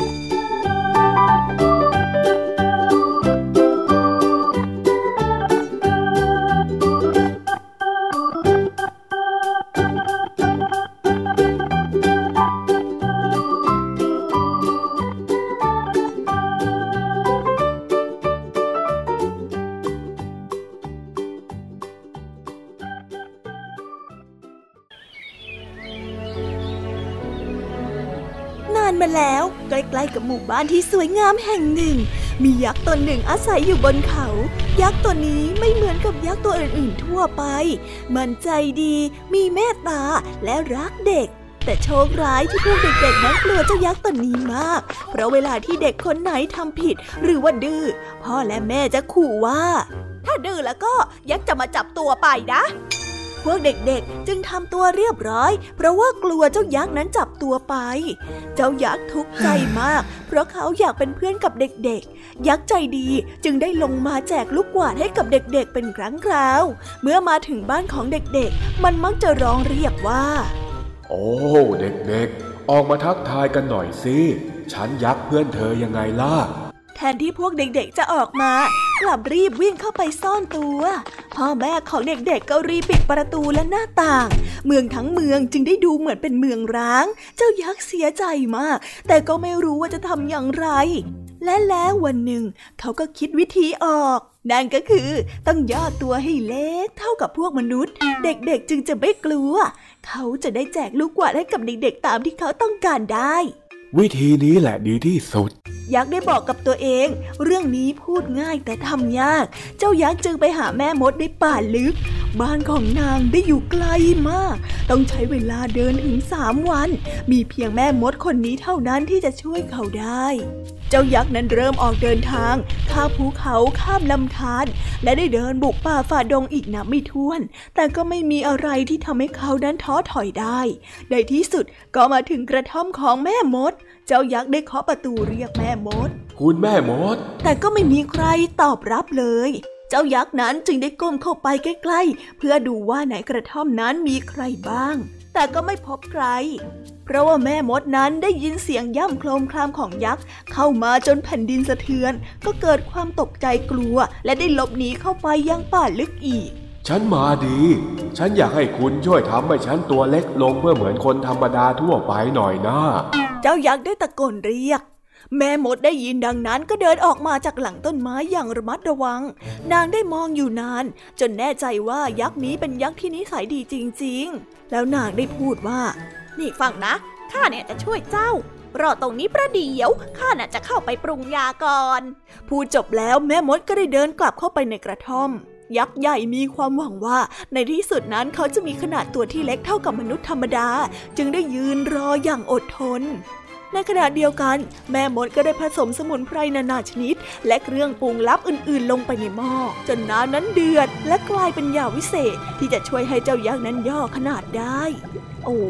มาแล้วใกล้ๆกับหมู่บ้านที่สวยงามแห่งหนึ่งมียักษ์ตนหนึ่งอาศัยอยู่บนเขายักษ์ตัวนี้ไม่เหมือนกับยักษ์ตัวอื่นๆทั่วไปมันใจดีมีเมตตาและรักเด็กแต่โชคร้ายที่พวกเด็กๆนั้นกลัวเจ้ายักษ์ตัวนี้มากเพราะเวลาที่เด็กคนไหนทำผิดหรือว่าดื้อพ่อและแม่จะขู่ว่าถ้าดื้อแล้วก็ยักษ์จะมาจับตัวไปนะพวกเด็กๆจึงทำตัวเรียบร้อยเพราะว่ากลัวเจ้ายักษ์นั้นจับตัวไปเจ้ายักษ์ทุกข์ใจมากเพราะเขาอยากเป็นเพื่อนกับเด็กๆยักษ์ใจดีจึงได้ลงมาแจกลูกกวาดให้กับเด็กๆเป็นครั้งคราวเมื่อมาถึงบ้านของเด็กๆมันมักจะร้องเรียกว่าโอ้เด็กๆออกมาทักทายกันหน่อยสิฉันยักษ์เพื่อนเธอยังไงล่ะแทนที่พวกเด็กๆจะออกมากลับรีบวิ่งเข้าไปซ่อนตัวพ่อแม่ของเด็กๆก็รีบปิดประตูและหน้าต่างเมืองทั้งเมืองจึงได้ดูเหมือนเป็นเมืองร้างเจ้ายักษ์เสียใจมากแต่ก็ไม่รู้ว่าจะทำอย่างไรและแล้ววันหนึ่งเขาก็คิดวิธีออกนั่นก็คือต้องย่อตัวให้เล็กเท่ากับพวกมนุษย์เด็กๆจึงจะไม่กลัวเขาจะได้แจกลูกกวาดให้กับเด็กๆตามที่เขาต้องการได้วิธีนี้แหละดีที่สุดยักษ์ได้บอกกับตัวเองเรื่องนี้พูดง่ายแต่ทำยากเจ้ายักษ์จึงไปหาแม่มดในป่าลึกบ้านของนางได้อยู่ไกลมากต้องใช้เวลาเดินถึง3 วันมีเพียงแม่มดคนนี้เท่านั้นที่จะช่วยเขาได้เจ้ายักษ์นั้นเริ่มออกเดินทางข้ามภูเขาข้ามลำธารและได้เดินบุกป่าฝ่าดงอีกนับไม่ถ้วนแต่ก็ไม่มีอะไรที่ทำให้เขานั้นท้อถอยได้ในที่สุดก็มาถึงกระท่อมของแม่มดเจ้ายักษ์ได้เคาะประตูเรียกแม่มดคุณแม่มดแต่ก็ไม่มีใครตอบรับเลยเจ้ายักษ์นั้นจึงได้ก้มเข้าไปใกล้ๆเพื่อดูว่าในกระท่อมนั้นมีใครบ้างแต่ก็ไม่พบใครเพราะว่าแม่มดนั้นได้ยินเสียงย่ำโคลมคลามของยักษ์เข้ามาจนแผ่นดินสะเทือนก็เกิดความตกใจกลัวและได้หลบหนีเข้าไปยังป่าลึกอีกฉันมาดีฉันอยากให้คุณช่วยทำให้ฉันตัวเล็กลงเพื่อเหมือนคนธรรมดาทั่วไปหน่อยนะเจ้ายักษ์ได้ตะโกนเรียกแม่มดได้ยินดังนั้นก็เดินออกมาจากหลังต้นไม้อย่างระมัดระวังนางได้มองอยู่นานจนแน่ใจว่ายักษ์นี้เป็นยักษ์ที่นิสัยดีจริงๆแล้วนางได้พูดว่านี่ฟังนะข้าเนี่ยจะช่วยเจ้ารอตรงนี้ประเดี๋ยวข้าน่ะจะเข้าไปปรุงยาก่อนพูดจบแล้วแม่มดก็ได้เดินกลับเข้าไปในกระท่อมยักษ์ใหญ่มีความหวังว่าในที่สุดนั้นเขาจะมีขนาดตัวที่เล็กเท่ากับมนุษย์ธรรมดาจึงได้ยืนรออย่างอดทนในขณะเดียวกันแม่มดก็ได้ผสมสมุนไพรนานาชนิดและเครื่องปรุงลับอื่นๆลงไปในหม้อจนน้ำนั้นเดือดและกลายเป็นยาวิเศษที่จะช่วยให้เจ้ายักษ์นั้นย่อขนาดได้โอ้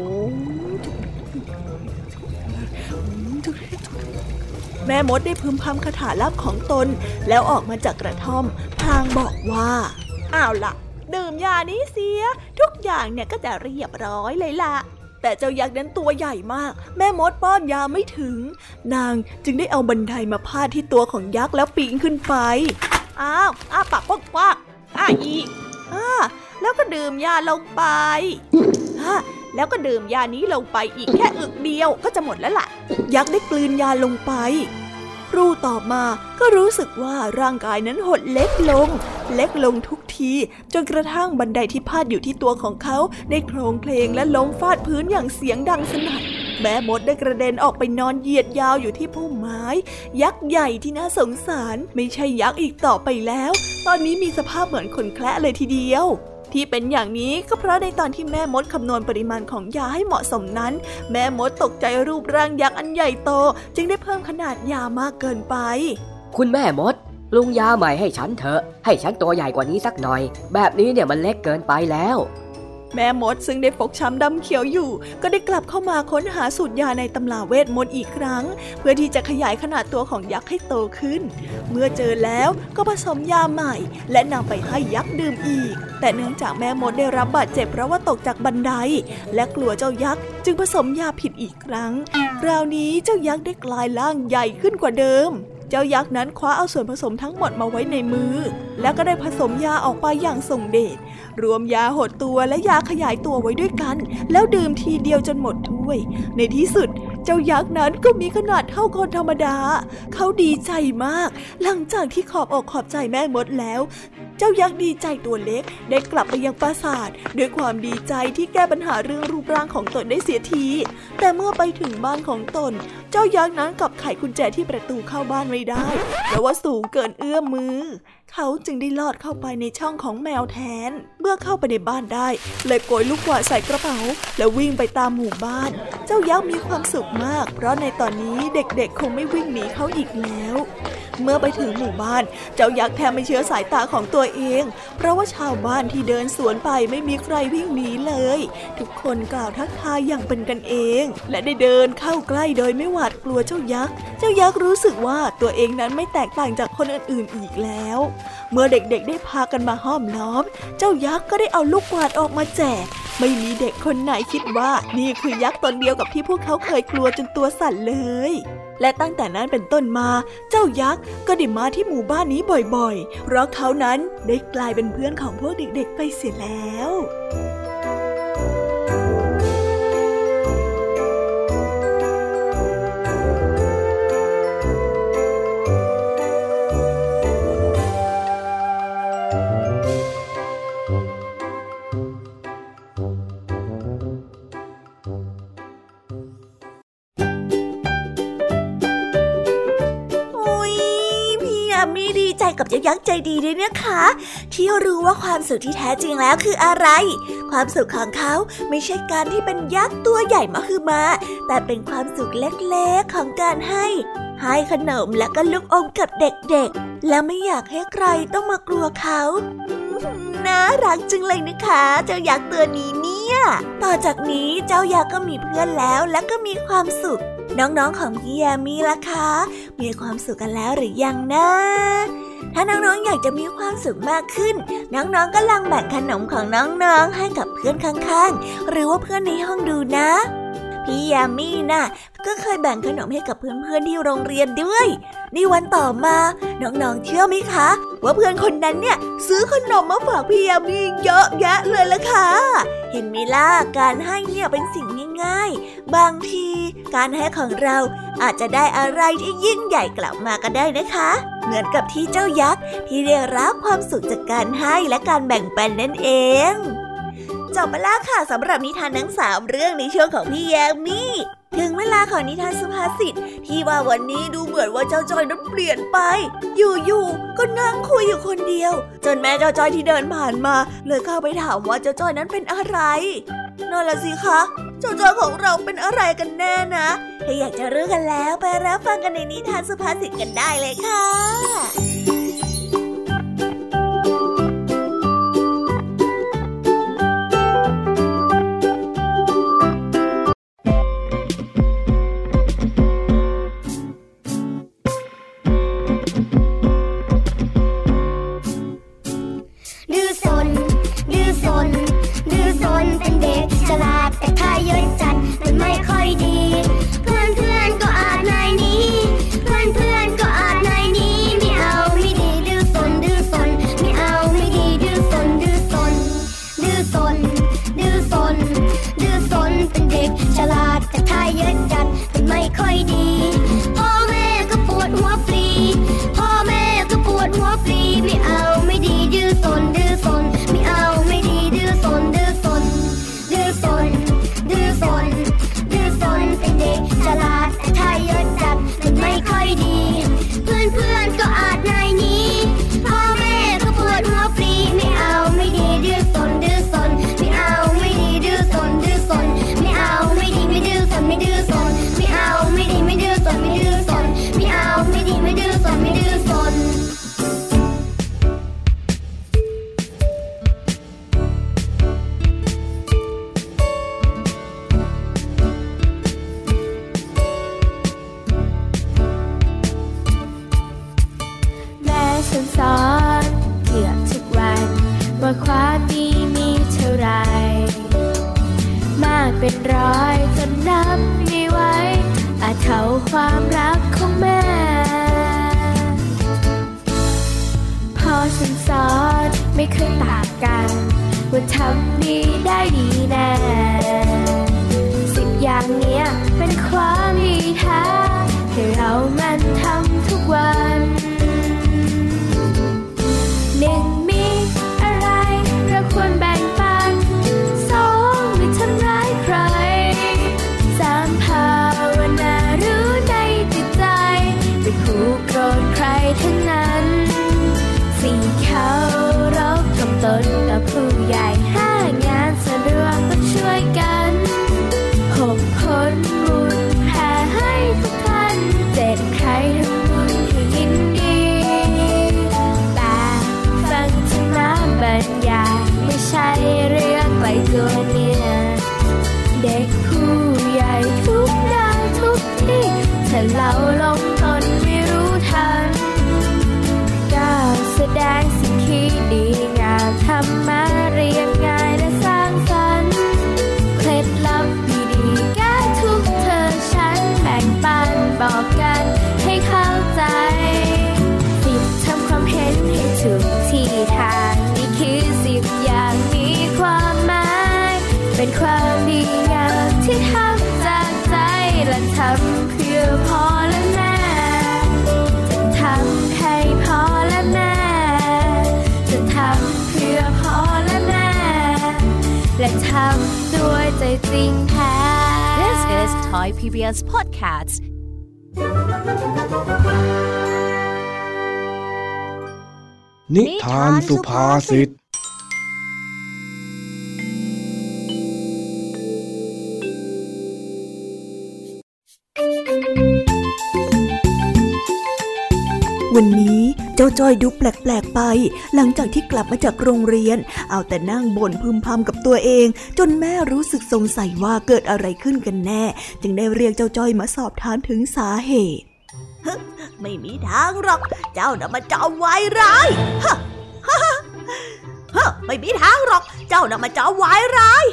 แม่มดได้พึมพำคาถาลับของตนแล้วออกมาจากกระท่อมพลางบอกว่าเอาล่ะดื่มยานี้เสียทุกอย่างเนี่ยก็จะเรียบร้อยเลยล่ะแต่เจ้ายักษ์นั้นตัวใหญ่มากแม่มดป้อนยาไม่ถึงนางจึงได้เอาบันไดมาพาดที่ตัวของยักษ์แล้วปีนขึ้นไปอ้าปากกว้างๆอีกแล้วก็ดื่มยาลงไปแล้วก็ดื่มยานี้ลงไปอีกแค่อึกเดียวก็จะหมดแล้วล่ะยักษ์ได้กลืนยาลงไปครู่ต่อมาก็รู้สึกว่าร่างกายนั้นหดเล็กลงทุกทีจนกระทั่งบันไดที่พาดอยู่ที่ตัวของเขาได้โคลงเคลงและล้มฟาดพื้นอย่างเสียงดังสนั่นแม่มดได้กระเด็นออกไปนอนเหยียดยาวอยู่ที่พุ่มไม้ยักษ์ใหญ่ที่น่าสงสารไม่ใช่ยักษ์อีกต่อไปแล้วตอนนี้มีสภาพเหมือนคนแคระเลยทีเดียวที่เป็นอย่างนี้ก็เพราะในตอนที่แม่มดคำนวณปริมาณของยาให้เหมาะสมนั้นแม่มดตกใจรูปร่างยักษ์อันใหญ่โตจึงได้เพิ่มขนาดยามากเกินไปคุณแม่มดปรุงยาใหม่ให้ฉันเถอะให้ฉันตัวใหญ่กว่านี้สักหน่อยแบบนี้เนี่ยมันเล็กเกินไปแล้วแม่มดซึ่งได้ฟกช้ำดำเขียวอยู่ก็ได้กลับเข้ามาค้นหาสูตรยาในตำราเวทมนต์อีกครั้งเพื่อที่จะขยายขนาดตัวของยักษ์ให้โตขึ้นเมื่อเจอแล้วก็ผสมยาใหม่และนำไปให้ยักษ์ดื่มอีกแต่เนื่องจากแม่มดได้รับบาดเจ็บเพราะว่าตกจากบันไดและกลัวเจ้ายักษ์จึงผสมยาผิดอีกครั้งคราวนี้เจ้ายักษ์ได้กลายร่างใหญ่ขึ้นกว่าเดิมเจ้ายักษ์นั้นคว้าเอาส่วนผสมทั้งหมดมาไว้ในมือแล้วก็ได้ผสมยาออกไปอย่างทรงเดชรวมยาหดตัวและยาขยายตัวไว้ด้วยกันแล้วดื่มทีเดียวจนหมดถ้วยในที่สุดเจ้ายักษ์นั้นก็มีขนาดเท่าคนธรรมดาเขาดีใจมากหลังจากที่ขอบอกขอบใจแม่มดแล้วเจ้ายักษ์ดีใจตัวเล็กได้กลับไปยังปราสาทด้วยความดีใจที่แก้ปัญหาเรื่องรูปร่างของตนได้เสียทีแต่เมื่อไปถึงบ้านของตนเจ้ายักษ์นั้นกลับไขกุญแจที่ประตูเข้าบ้านไม่ได้เพราะว่าสูงเกินเอื้อมมือเขาจึงได้ลอดเข้าไปในช่องของแมวแทนเมื่อเข้าไปในบ้านได้เลยโกยลูกกวาดใส่กระเป๋าแล้ววิ่งไปตามหมู่บ้านเจ้ายักษ์มีความสุขมากเพราะในตอนนี้เด็กๆคงไม่วิ่งหนีเขาอีกแล้วเมื่อไปถึงหมู่บ้านเจ้ายักษ์แทบไม่เชื่อสายตาของตัวเองเพราะว่าชาวบ้านที่เดินสวนไปไม่มีใครวิ่งหนีเลยทุกคนกล่าวทักทายอย่างเป็นกันเองและได้เดินเข้าใกล้โดยไม่หวาดกลัวเจ้ายักษ์รู้สึกว่าตัวเองนั้นไม่แตกต่างจากคนอื่นๆอีกแล้วเมื่อเด็กๆได้พากันมาห้อมล้อมเจ้ายักษ์ก็ได้เอาลูกกวาดออกมาแจกไม่มีเด็กคนไหนคิดว่านี่คือยักษ์ตนเดียวกับที่พวกเขาเคยกลัวจนตัวสั่นเลยและตั้งแต่นั้นเป็นต้นมาเจ้ายักษ์ก็ได้มาที่หมู่บ้านนี้บ่อยๆเพราะเขานั้นได้กลายเป็นเพื่อนของพวกเด็กๆไปเสียแล้วกับเจ้ายักษ์ใจดีด้วยนะคะที่รู้ว่าความสุขที่แท้จริงแล้วคืออะไรความสุขของเขาไม่ใช่การที่เป็นยักษ์ตัวใหญ่มหึมาแต่เป็นความสุขเล็กๆของการให้ขนมและก็ลูกอมกับเด็กๆและไม่อยากให้ใครต้องมากลัวเขาน่ารักจังเลยนะคะเจ้ายักษ์ตัวนี้เนี่ยต่อจากนี้เจ้ายักษ์ก็มีเพื่อนแล้วและก็มีความสุขน้องๆของพี่ยามีล่ะคะมีความสุขกันแล้วหรือยังนะถ้าน้องๆอยากจะมีความสุขมากขึ้นน้องๆก็ลองแบ่งขนมของน้องๆให้กับเพื่อนข้างๆหรือว่าเพื่อนในห้องดูนะพี่ยามีน่ะก็เคยแบ่งขนมให้กับเพื่อนๆที่โรงเรียนด้วยในวันต่อมาน้องๆเชื่อไหมคะว่าเพื่อนคนนั้นเนี่ยซื้อขนมมาฝากพี่ยามีเยอะแยะเลยล่ะค่ะเห็นไหมล่ะการให้เนี่ยเป็นสิ่งง่ายๆบางทีการให้ของเราอาจจะได้อะไรที่ยิ่งใหญ่กลับมาก็ได้นะคะเหมือนกับที่เจ้ายักษ์ที่ได้รับความสุขจากการให้และการแบ่งปันนั่นเองจบไปแล้วค่ะสำหรับนิทานทั้ง3เรื่องในช่วงของพี่ยามีถึงเวลาของนิทานสุภาษิตที่ว่าวันนี้ดูเหมือนว่าเจ้าจ้อยนั้นเปลี่ยนไปอยู่ๆก็นั่งคุยอยู่คนเดียวจนแม่เจ้าจ้อยที่เดินผ่านมาเลยเข้าไปถามว่าเจ้าจ้อยนั้นเป็นอะไรนั่นล่ะสิคะเจ้าจ้อยของเราเป็นอะไรกันแน่นะถ้าอยากจะรู้กันแล้วไปรับฟังกันในนิทานสุภาษิตกันได้เลยค่ะเป็นเด็กฉลาดแต่ขยันจัดมันไม่ค่อยดีเพื่อนก็อาจนายนี้เพื่อนก็อาจนายนี้ไม่เอาไม่ดีเป็นร้อยจนนับไม่ไหวอาจเท่าความรักของแม่พ่อฉันสอนไม่เคยต่างกันว่าทำดีได้ดีแน่10อย่างเนี้ยเป็นความดีแท้ให้เรามันทำทุกวัน1มีอะไรเราควรแบ่งปัน2ไม่ทำร้ายใคร3ภาวนารู้ในจิตใจไม่ผูกโกรธใครทั้งนั้น4เคารพถ่อมตนต่อผู้ใหญ่5งานสะดวกต้องช่วยกัน6ผลบุญแผ่ให้ทุกท่าน7ใครทำบุญให้ยินดี8ฟังธรรมะบรรยายไม่ใช่เรื่องไกลตัวเนี่ยเด็กผู้ใหญ่ทุกด้านทุกที่ถ้าเราลงตนไม่รู้ทันแสดงสิ่งที่ดีงามธรรมะเรียบง่ายและสร้างสรรค์เคล็ดลับดีๆแก้ทุกเธอฉันแบ่งปันบอกกันให้เข้าใจ10ทำความเห็นให้ถูกที่ทางนี่คือ10อย่างมีความหมายเป็นความดีงามที่ทำจากใจและทำเพื่อพ่อและแม่ทำให้พ่อและแม่จะทำเพื่อพ่อและแม่และทำด้วยใจจริงแท้ This is Thai PBS Podcast นิทานสุภาษิตวันนี้เจ้าจ้อยดูแปลกๆไปหลังจากที่กลับมาจากโรงเรียนเอาแต่นั่งบ่นพึมพำกับตัวเองจนแม่รู้สึกสงสัยว่าเกิดอะไรขึ้นกันแน่จึงได้เรียกเจ้าจ้อยมาสอบถามถึงสาเหตุไม่มีทางหรอกเจ้าน่ะมาจอมวายร้ายไม่มีทางหรอกเจ้าน่ะมาจอมวายร้าย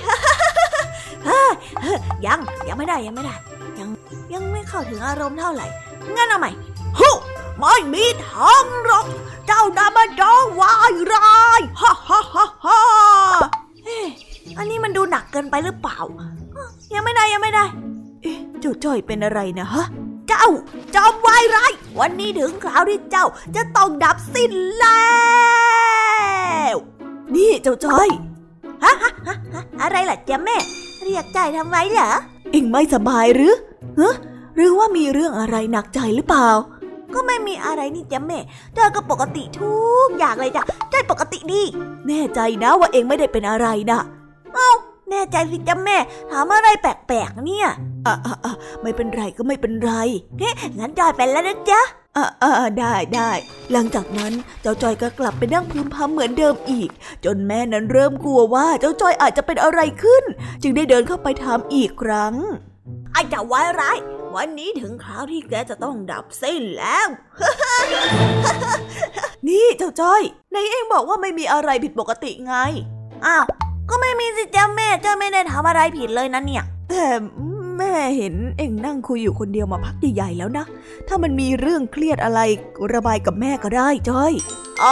ยังไม่ได้ยังไม่เข้าถึงอารมณ์เท่าไหร่งั้นเอาใหม่ไม่มีทางหรอกเจ้าน่ะมาจอมวายร้ายอันนี้มันดูหนักเกินไปหรือเปล่ายังไม่ได้เจ้าจ้อยเป็นอะไรนะฮะเจ้าจอมวายร้ายวันนี้ถึงคราวที่เจ้าจะต้องดับสิ้นแล้วนี่เจ้าจ้อยอะไรล่ะจ๊ะแม่เรียกใจทำไมเหรอเอ็งไม่สบายหรือหรือว่ามีเรื่องอะไรหนักใจหรือเปล่าก็ไม่มีอะไรนี่จ๊ะแม่จ้อยก็ปกติทุกอย่างเลยจ้ะจ้อยปกติดีแน่ใจนะว่าเอ็งไม่ได้เป็นอะไรนะแน่ใจสิจ๊ะแม่ถามอะไรแปลกๆเนี่ยไม่เป็นไรก็ไม่เป็นไรงั้นจ้อยเป็นแล้วนะจ๊ะได้หลังจากนั้นเจ้าจ้อยก็กลับไปนั่งพึมพำเหมือนเดิมอีกจนแม่นั้นเริ่มกลัวว่าเจ้าจ้อยอาจจะเป็นอะไรขึ้นจึงได้เดินเข้าไปถามอีกครั้งไอ้เจ้าวายร้ายวันนี้ถึงคราวที่แกจะต้องดับสิ้นแล้ว นี่เจ้าจ้อยไหนเองบอกว่าไม่มีอะไรผิดปกติไงอ้าวก็ไม่มีสิจ๊ะแม่จ้อยไม่ได้ทำอะไรผิดเลยนะเนี่ยแต่แม่เห็นเองนั่งคุยอยู่คนเดียวมาพักใหญ่ๆแล้วนะถ้ามันมีเรื่องเครียดอะไรระบายกับแม่ก็ได้จ้อย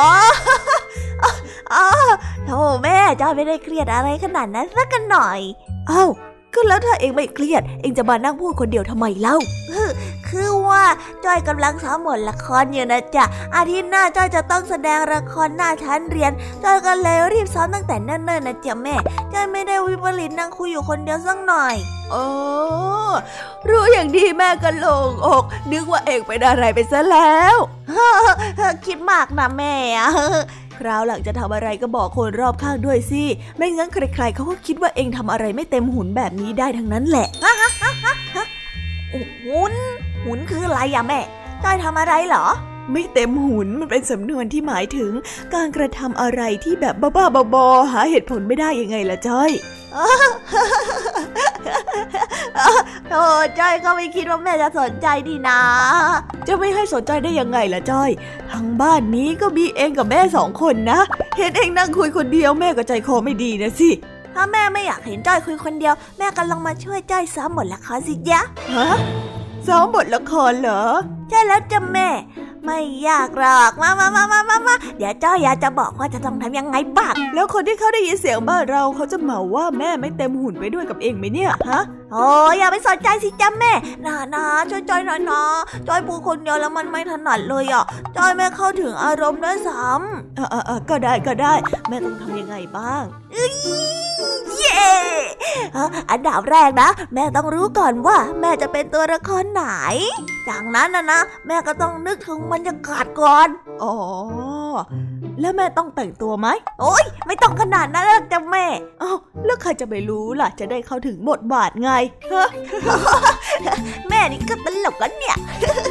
โธ่แม่จ้อยไม่ได้เครียดอะไรขนาดนั้นสักหน่อยอ้าวก็แล้วถ้าเองไม่เครียดเองจะมานั่งพูดคนเดียวทำไมเล่าคือว่าจ้อยกำลังซ้อมบทละครอยู่นะจ๊ะอาทิตย์หน้าจ้อยจะต้องแสดงละครหน้าชั้นเรียนจ้อยก็เลยรีบซ้อมตั้งแต่เนิ่นๆนะจ๊ะแม่จ้อยไม่ได้วิปริตนั่งคุยอยู่คนเดียวสักหน่อยรู้อย่างดีแม่ก็โล่งอกนึกว่าเองเป็นอะไรไปซะแล้วคิดมากนะแม่คราวหลังจะทำอะไรก็บอกคนรอบข้างด้วยสิไม่งั้นใครๆเขาก็คิดว่าเองทำอะไรไม่เต็มหุนแบบนี้ได้ทั้งนั้นแหละหุนคืออะไรอะแม่จ้อยทำอะไรเหรอไม่เต็มหุนมันเป็นสำนวนที่หมายถึงการกระทำอะไรที่แบบบ้าๆบอๆหาเหตุผลไม่ได้ยังไงล่ะจ้อยโอ้จ้อยก็ไม่คิดว่าแม่จะสนใจดีนะจะไม่ให้สนใจได้ยังไงล่ะจ้อยทั้งบ้านนี้ก็มีเองกับแม่2 คนนะเห็นเองนั่งคุยคนเดียวแม่ก็ใจคอไม่ดีนะสิถ้าแม่ไม่อยากเห็นจ้อยคุยคนเดียวแม่ก็ลองมาช่วยจ้อยซ้อมบทละครสิจ๊ะฮะซ้อมบทละครเหรอใช่แล้วจ้ะแม่ไม่ยากหรอกมาเดี๋ยวจ้อยอยากจะบอกว่าจะต้องทำยังไงบ้างแล้วคนที่เขาได้ยินเสียงบ้านเราเขาจะเหมาว่าแม่ไม่เต็มหุ่นไปด้วยกับเองไหมเนี่ยฮะโอ้อย่าไปสนใจสิจ้ะแม่นะช่วยจ้อยหน่อยนะจ้อยพูดคนเดียวแล้วมันไม่ถนัดเลยอ่ะจ้อยไม่เข้าถึงอารมณ์ด้วยซ้ำก็ได้แม่ต้องทำยังไงบ้างเย้อันดับแรกนะแม่ต้องรู้ก่อนว่าแม่จะเป็นตัวละครไหนจากนั้นนะแม่ก็ต้องนึกถึงบรรยากาศก่อนอ๋อแล้วแม่ต้องแต่งตัวไหมโอ๊ยไม่ต้องขนาดนั้นหรอกจ้ะแม่อ้าวแล้วใครจะไปรู้ล่ะจะได้เข้าถึงบทบาทไงแม่นี่ก็ตลกกันเนี่ย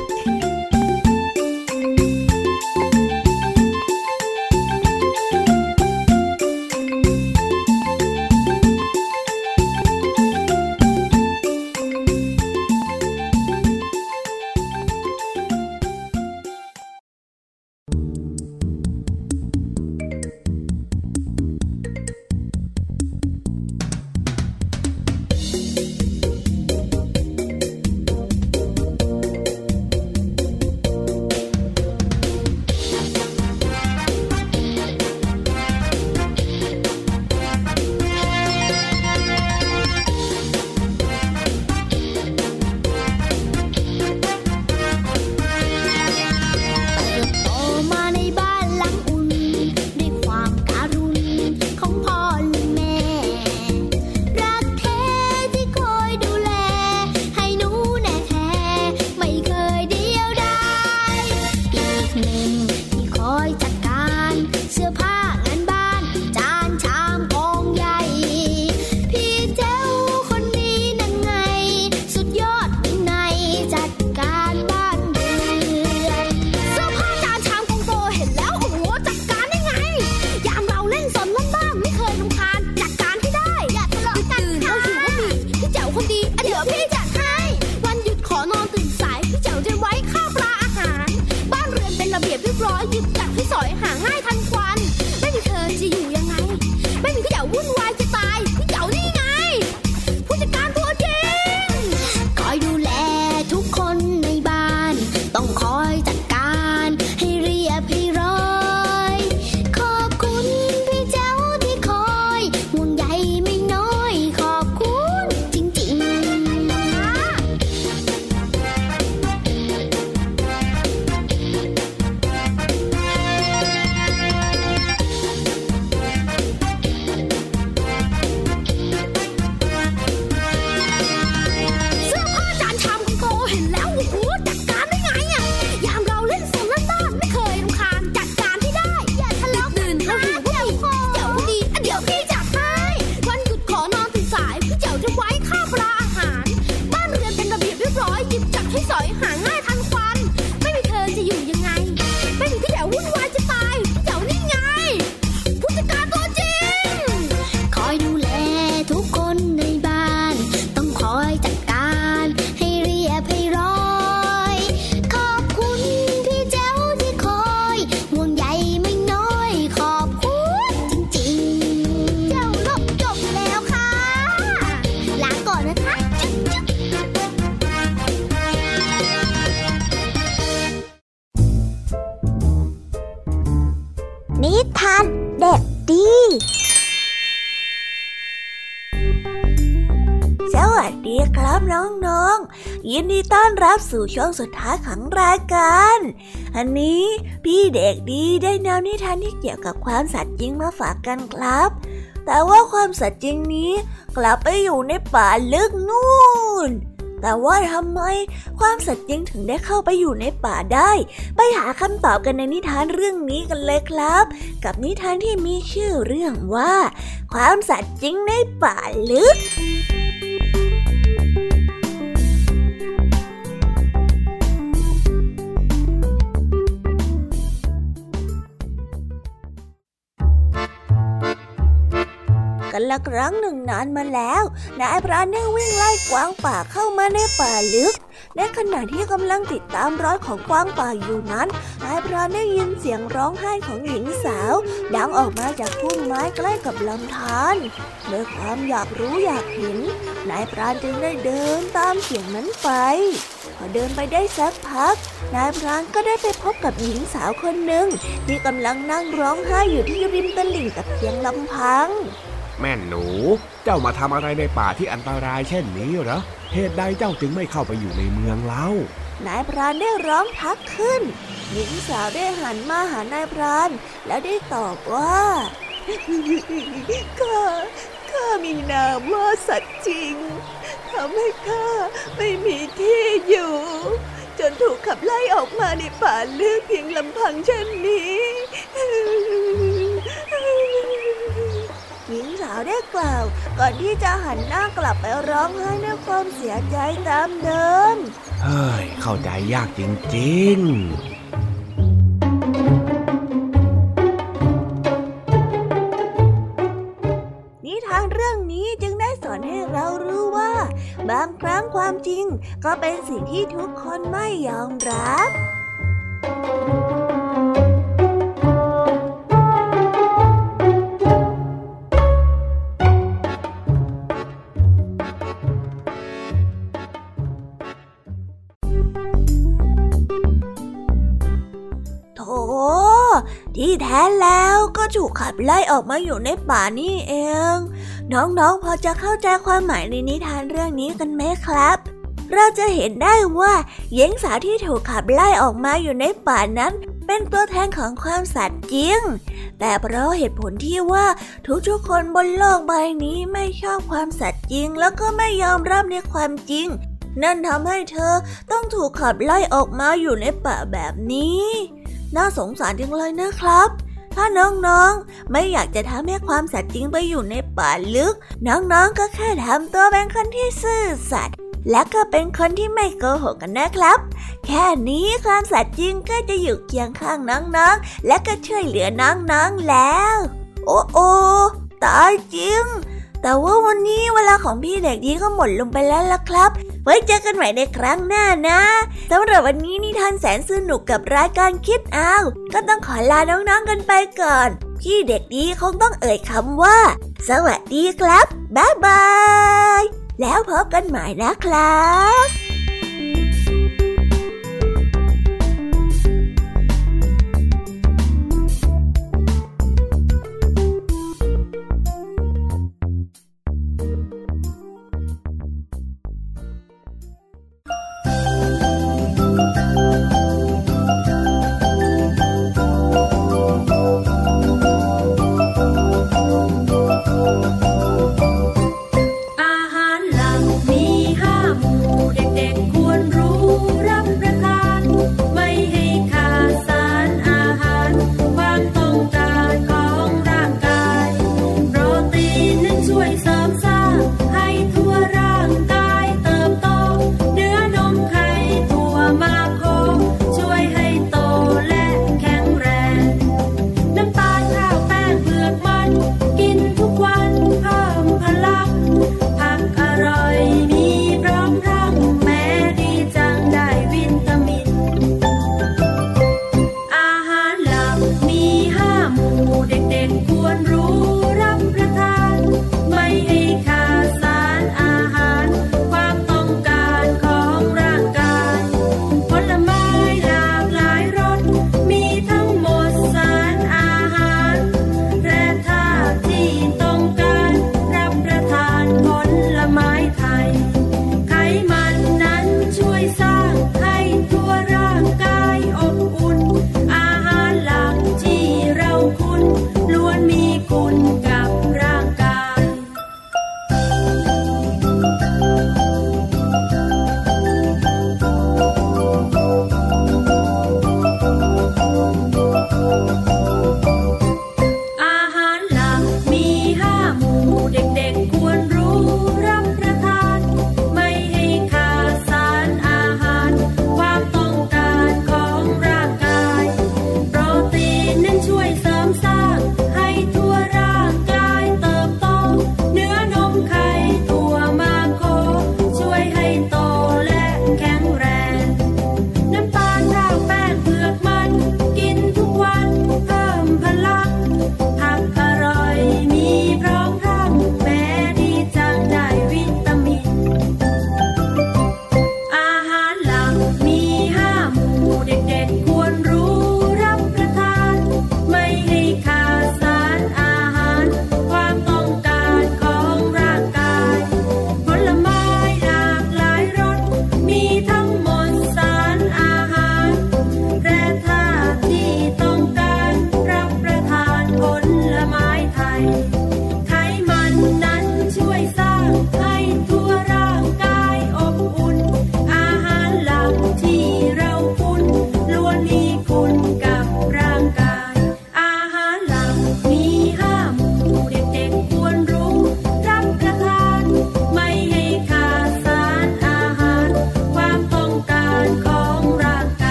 ยินดีต้อนรับสู่ช่วงสุดท้ายของรายการอันนี้พี่เด็กดีได้นำนิทานที่เกี่ยวกับความสัตย์จริงมาฝากกันครับแต่ว่าความสัตย์จริงนี้กลับไปอยู่ในป่าลึกนู่นแต่ว่าทำไมความสัตย์จริงถึงได้เข้าไปอยู่ในป่าได้ไปหาคำตอบกันในนิทานเรื่องนี้กันเลยครับกับนิทานที่มีชื่อเรื่องว่าความสัตย์จริงในป่าลึกกละครั้งหนึ่งนานมาแล้วนายพรานได้วิ่งไล่กวางป่าเข้ามาในป่าลึกในขณะที่กำลังติดตามรอยของกวางป่าอยู่นั้นนายพรานได้ยินเสียงร้องไห้ของหญิงสาวดังออกมาจากพุ่มไม้ใกล้กับลำธารด้วยความอยากรู้อยากเห็นนายพรานจึงได้เดินตามเสียงนั้นไปพอเดินไปได้สักพักนายพรานก็ได้ไปพบกับหญิงสาวคนหนึ่งที่กำลังนั่งร้องไห้อยู่ที่ริมตลิ่งแต่เพียงลำพังแม่หนูเจ้ามาทำอะไรในป่าที่อันตรายเช่นนี้เหรอเหตุใดเจ้าจึงไม่เข้าไปอยู่ในเมืองเล่านายพรานได้ร้องทักขึ้นหญิงสาวได้หันมาหานายพรานแล้วได้ตอบว่าข้ามีนามว่าสัตว์จริงทำให้ข้าไม่มีที่อยู่จนถูกขับไล่ออกมาในป่าลึกเพียงลำพังเช่นนี้หญิงสาวได้กล่าวก่อนที่จะหันหน้ากลับไปร้องไห้ด้วยความเสียใจตามเดิมเฮ้ยเข้าใจยากจริงๆนิทานเรื่องนี้จึงได้สอนให้เรารู้ว่าบางครั้งความจริงก็เป็นสิ่งที่ทุกคนไม่ยอมรับที่แท้แล้วก็ถูกขับไล่ออกมาอยู่ในป่านี่เองน้องๆพอจะเข้าใจความหมายในนิทานเรื่องนี้กันไหมครับเราจะเห็นได้ว่าหญิงสาวที่ถูกขับไล่ออกมาอยู่ในป่านั้นเป็นตัวแทนของความสัตย์จริงแต่เพราะเหตุผลที่ว่าทุกๆคนบนโลกใบนี้ไม่ชอบความสัตย์จริงแล้วก็ไม่ยอมรับในความจริงนั่นทำให้เธอต้องถูกขับไล่ออกมาอยู่ในป่าแบบนี้น่าสงสารจังเลยนะครับถ้าน้องๆไม่อยากจะทำให้ความสัตย์จริงไปอยู่ในป่าลึกน้องๆก็แค่ทำตัวเป็นคนที่ซื่อสัตย์และก็เป็นคนที่ไม่โกหกกันนะครับแค่นี้ความสัตย์จริงก็จะอยู่เคียงข้างน้องๆและก็ช่วยเหลือน้องๆแล้วโอ้ตายจริงแต่ว่าวันนี้เวลาของพี่เด็กดีก็หมดลงไปแล้วล่ะครับไว้เจอกันใหม่ในครั้งหน้านะสำหรับวันนี้นิทานแสนสนุกกับรายการคิดเอาก็ต้องขอลาน้องๆกันไปก่อนพี่เด็กดีคงต้องเอ่ยคำว่าสวัสดีครับบ๊ายบายแล้วพบกันใหม่นะครับอาหารหลักมี5 หมู่เด็ก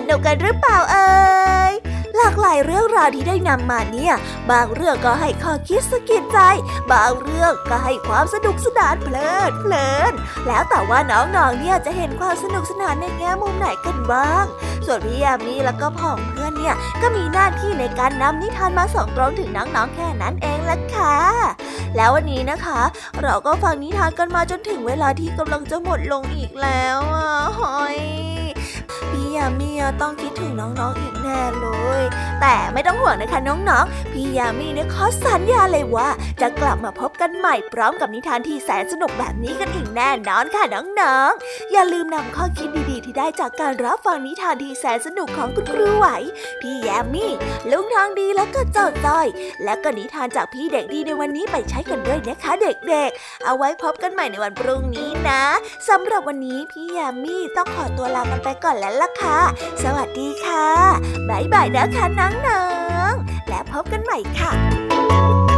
นุกกันหรือเปล่าเอ่ยหลากหลายเรื่องราวที่ได้นำมาเนี่ยบางเรื่องก็ให้ข้อคิดสะกิดใจบางเรื่องก็ให้ความสนุกสนานเพลินแล้วแต่ว่าน้องๆเนี่ยจะเห็นความสนุกสนานในแง่มุมไหนกันบ้างส่วนพี่ยามีแล้วก็พ่องเพื่อนเนี่ยก็มีหน้าที่ในการนำนิทานมาส่งตรงถึงน้องๆแค่นั้นเองล่ะค่ะแล้ววันนี้นะคะเราก็ฟังนิทานกันมาจนถึงเวลาที่กำลังจะหมดลงอีกแล้วหอยพี่ยามีต้องคิดถึงน้องๆอีกแน่เลยแต่ไม่ต้องห่วงนะคะน้องๆพี่ยามีเนี่ยขอสัญญาเลยว่าจะกลับมาพบกันใหม่พร้อมกับนิทานที่แสนสนุกแบบนี้กันอีกแน่นอนค่ะน้องๆอย่าลืมนำข้อคิดดีๆที่ได้จากการรับฟังนิทานที่แสนสนุกของคุณครูไหวพี่ยามีลุงทองดีและก็เจ้าจ้อยและก็นิทานจากพี่เด็กดีในวันนี้ไปใช้กันด้วยนะคะเด็กๆเอาไว้พบกันใหม่ในวันพรุ่งนี้นะสำหรับวันนี้พี่ยามีต้องขอตัวลากันไปก่อนแล้วล่ะค่ะสวัสดีค่ะบ๊ายบายนะคะน้องๆและพบกันใหม่ค่ะ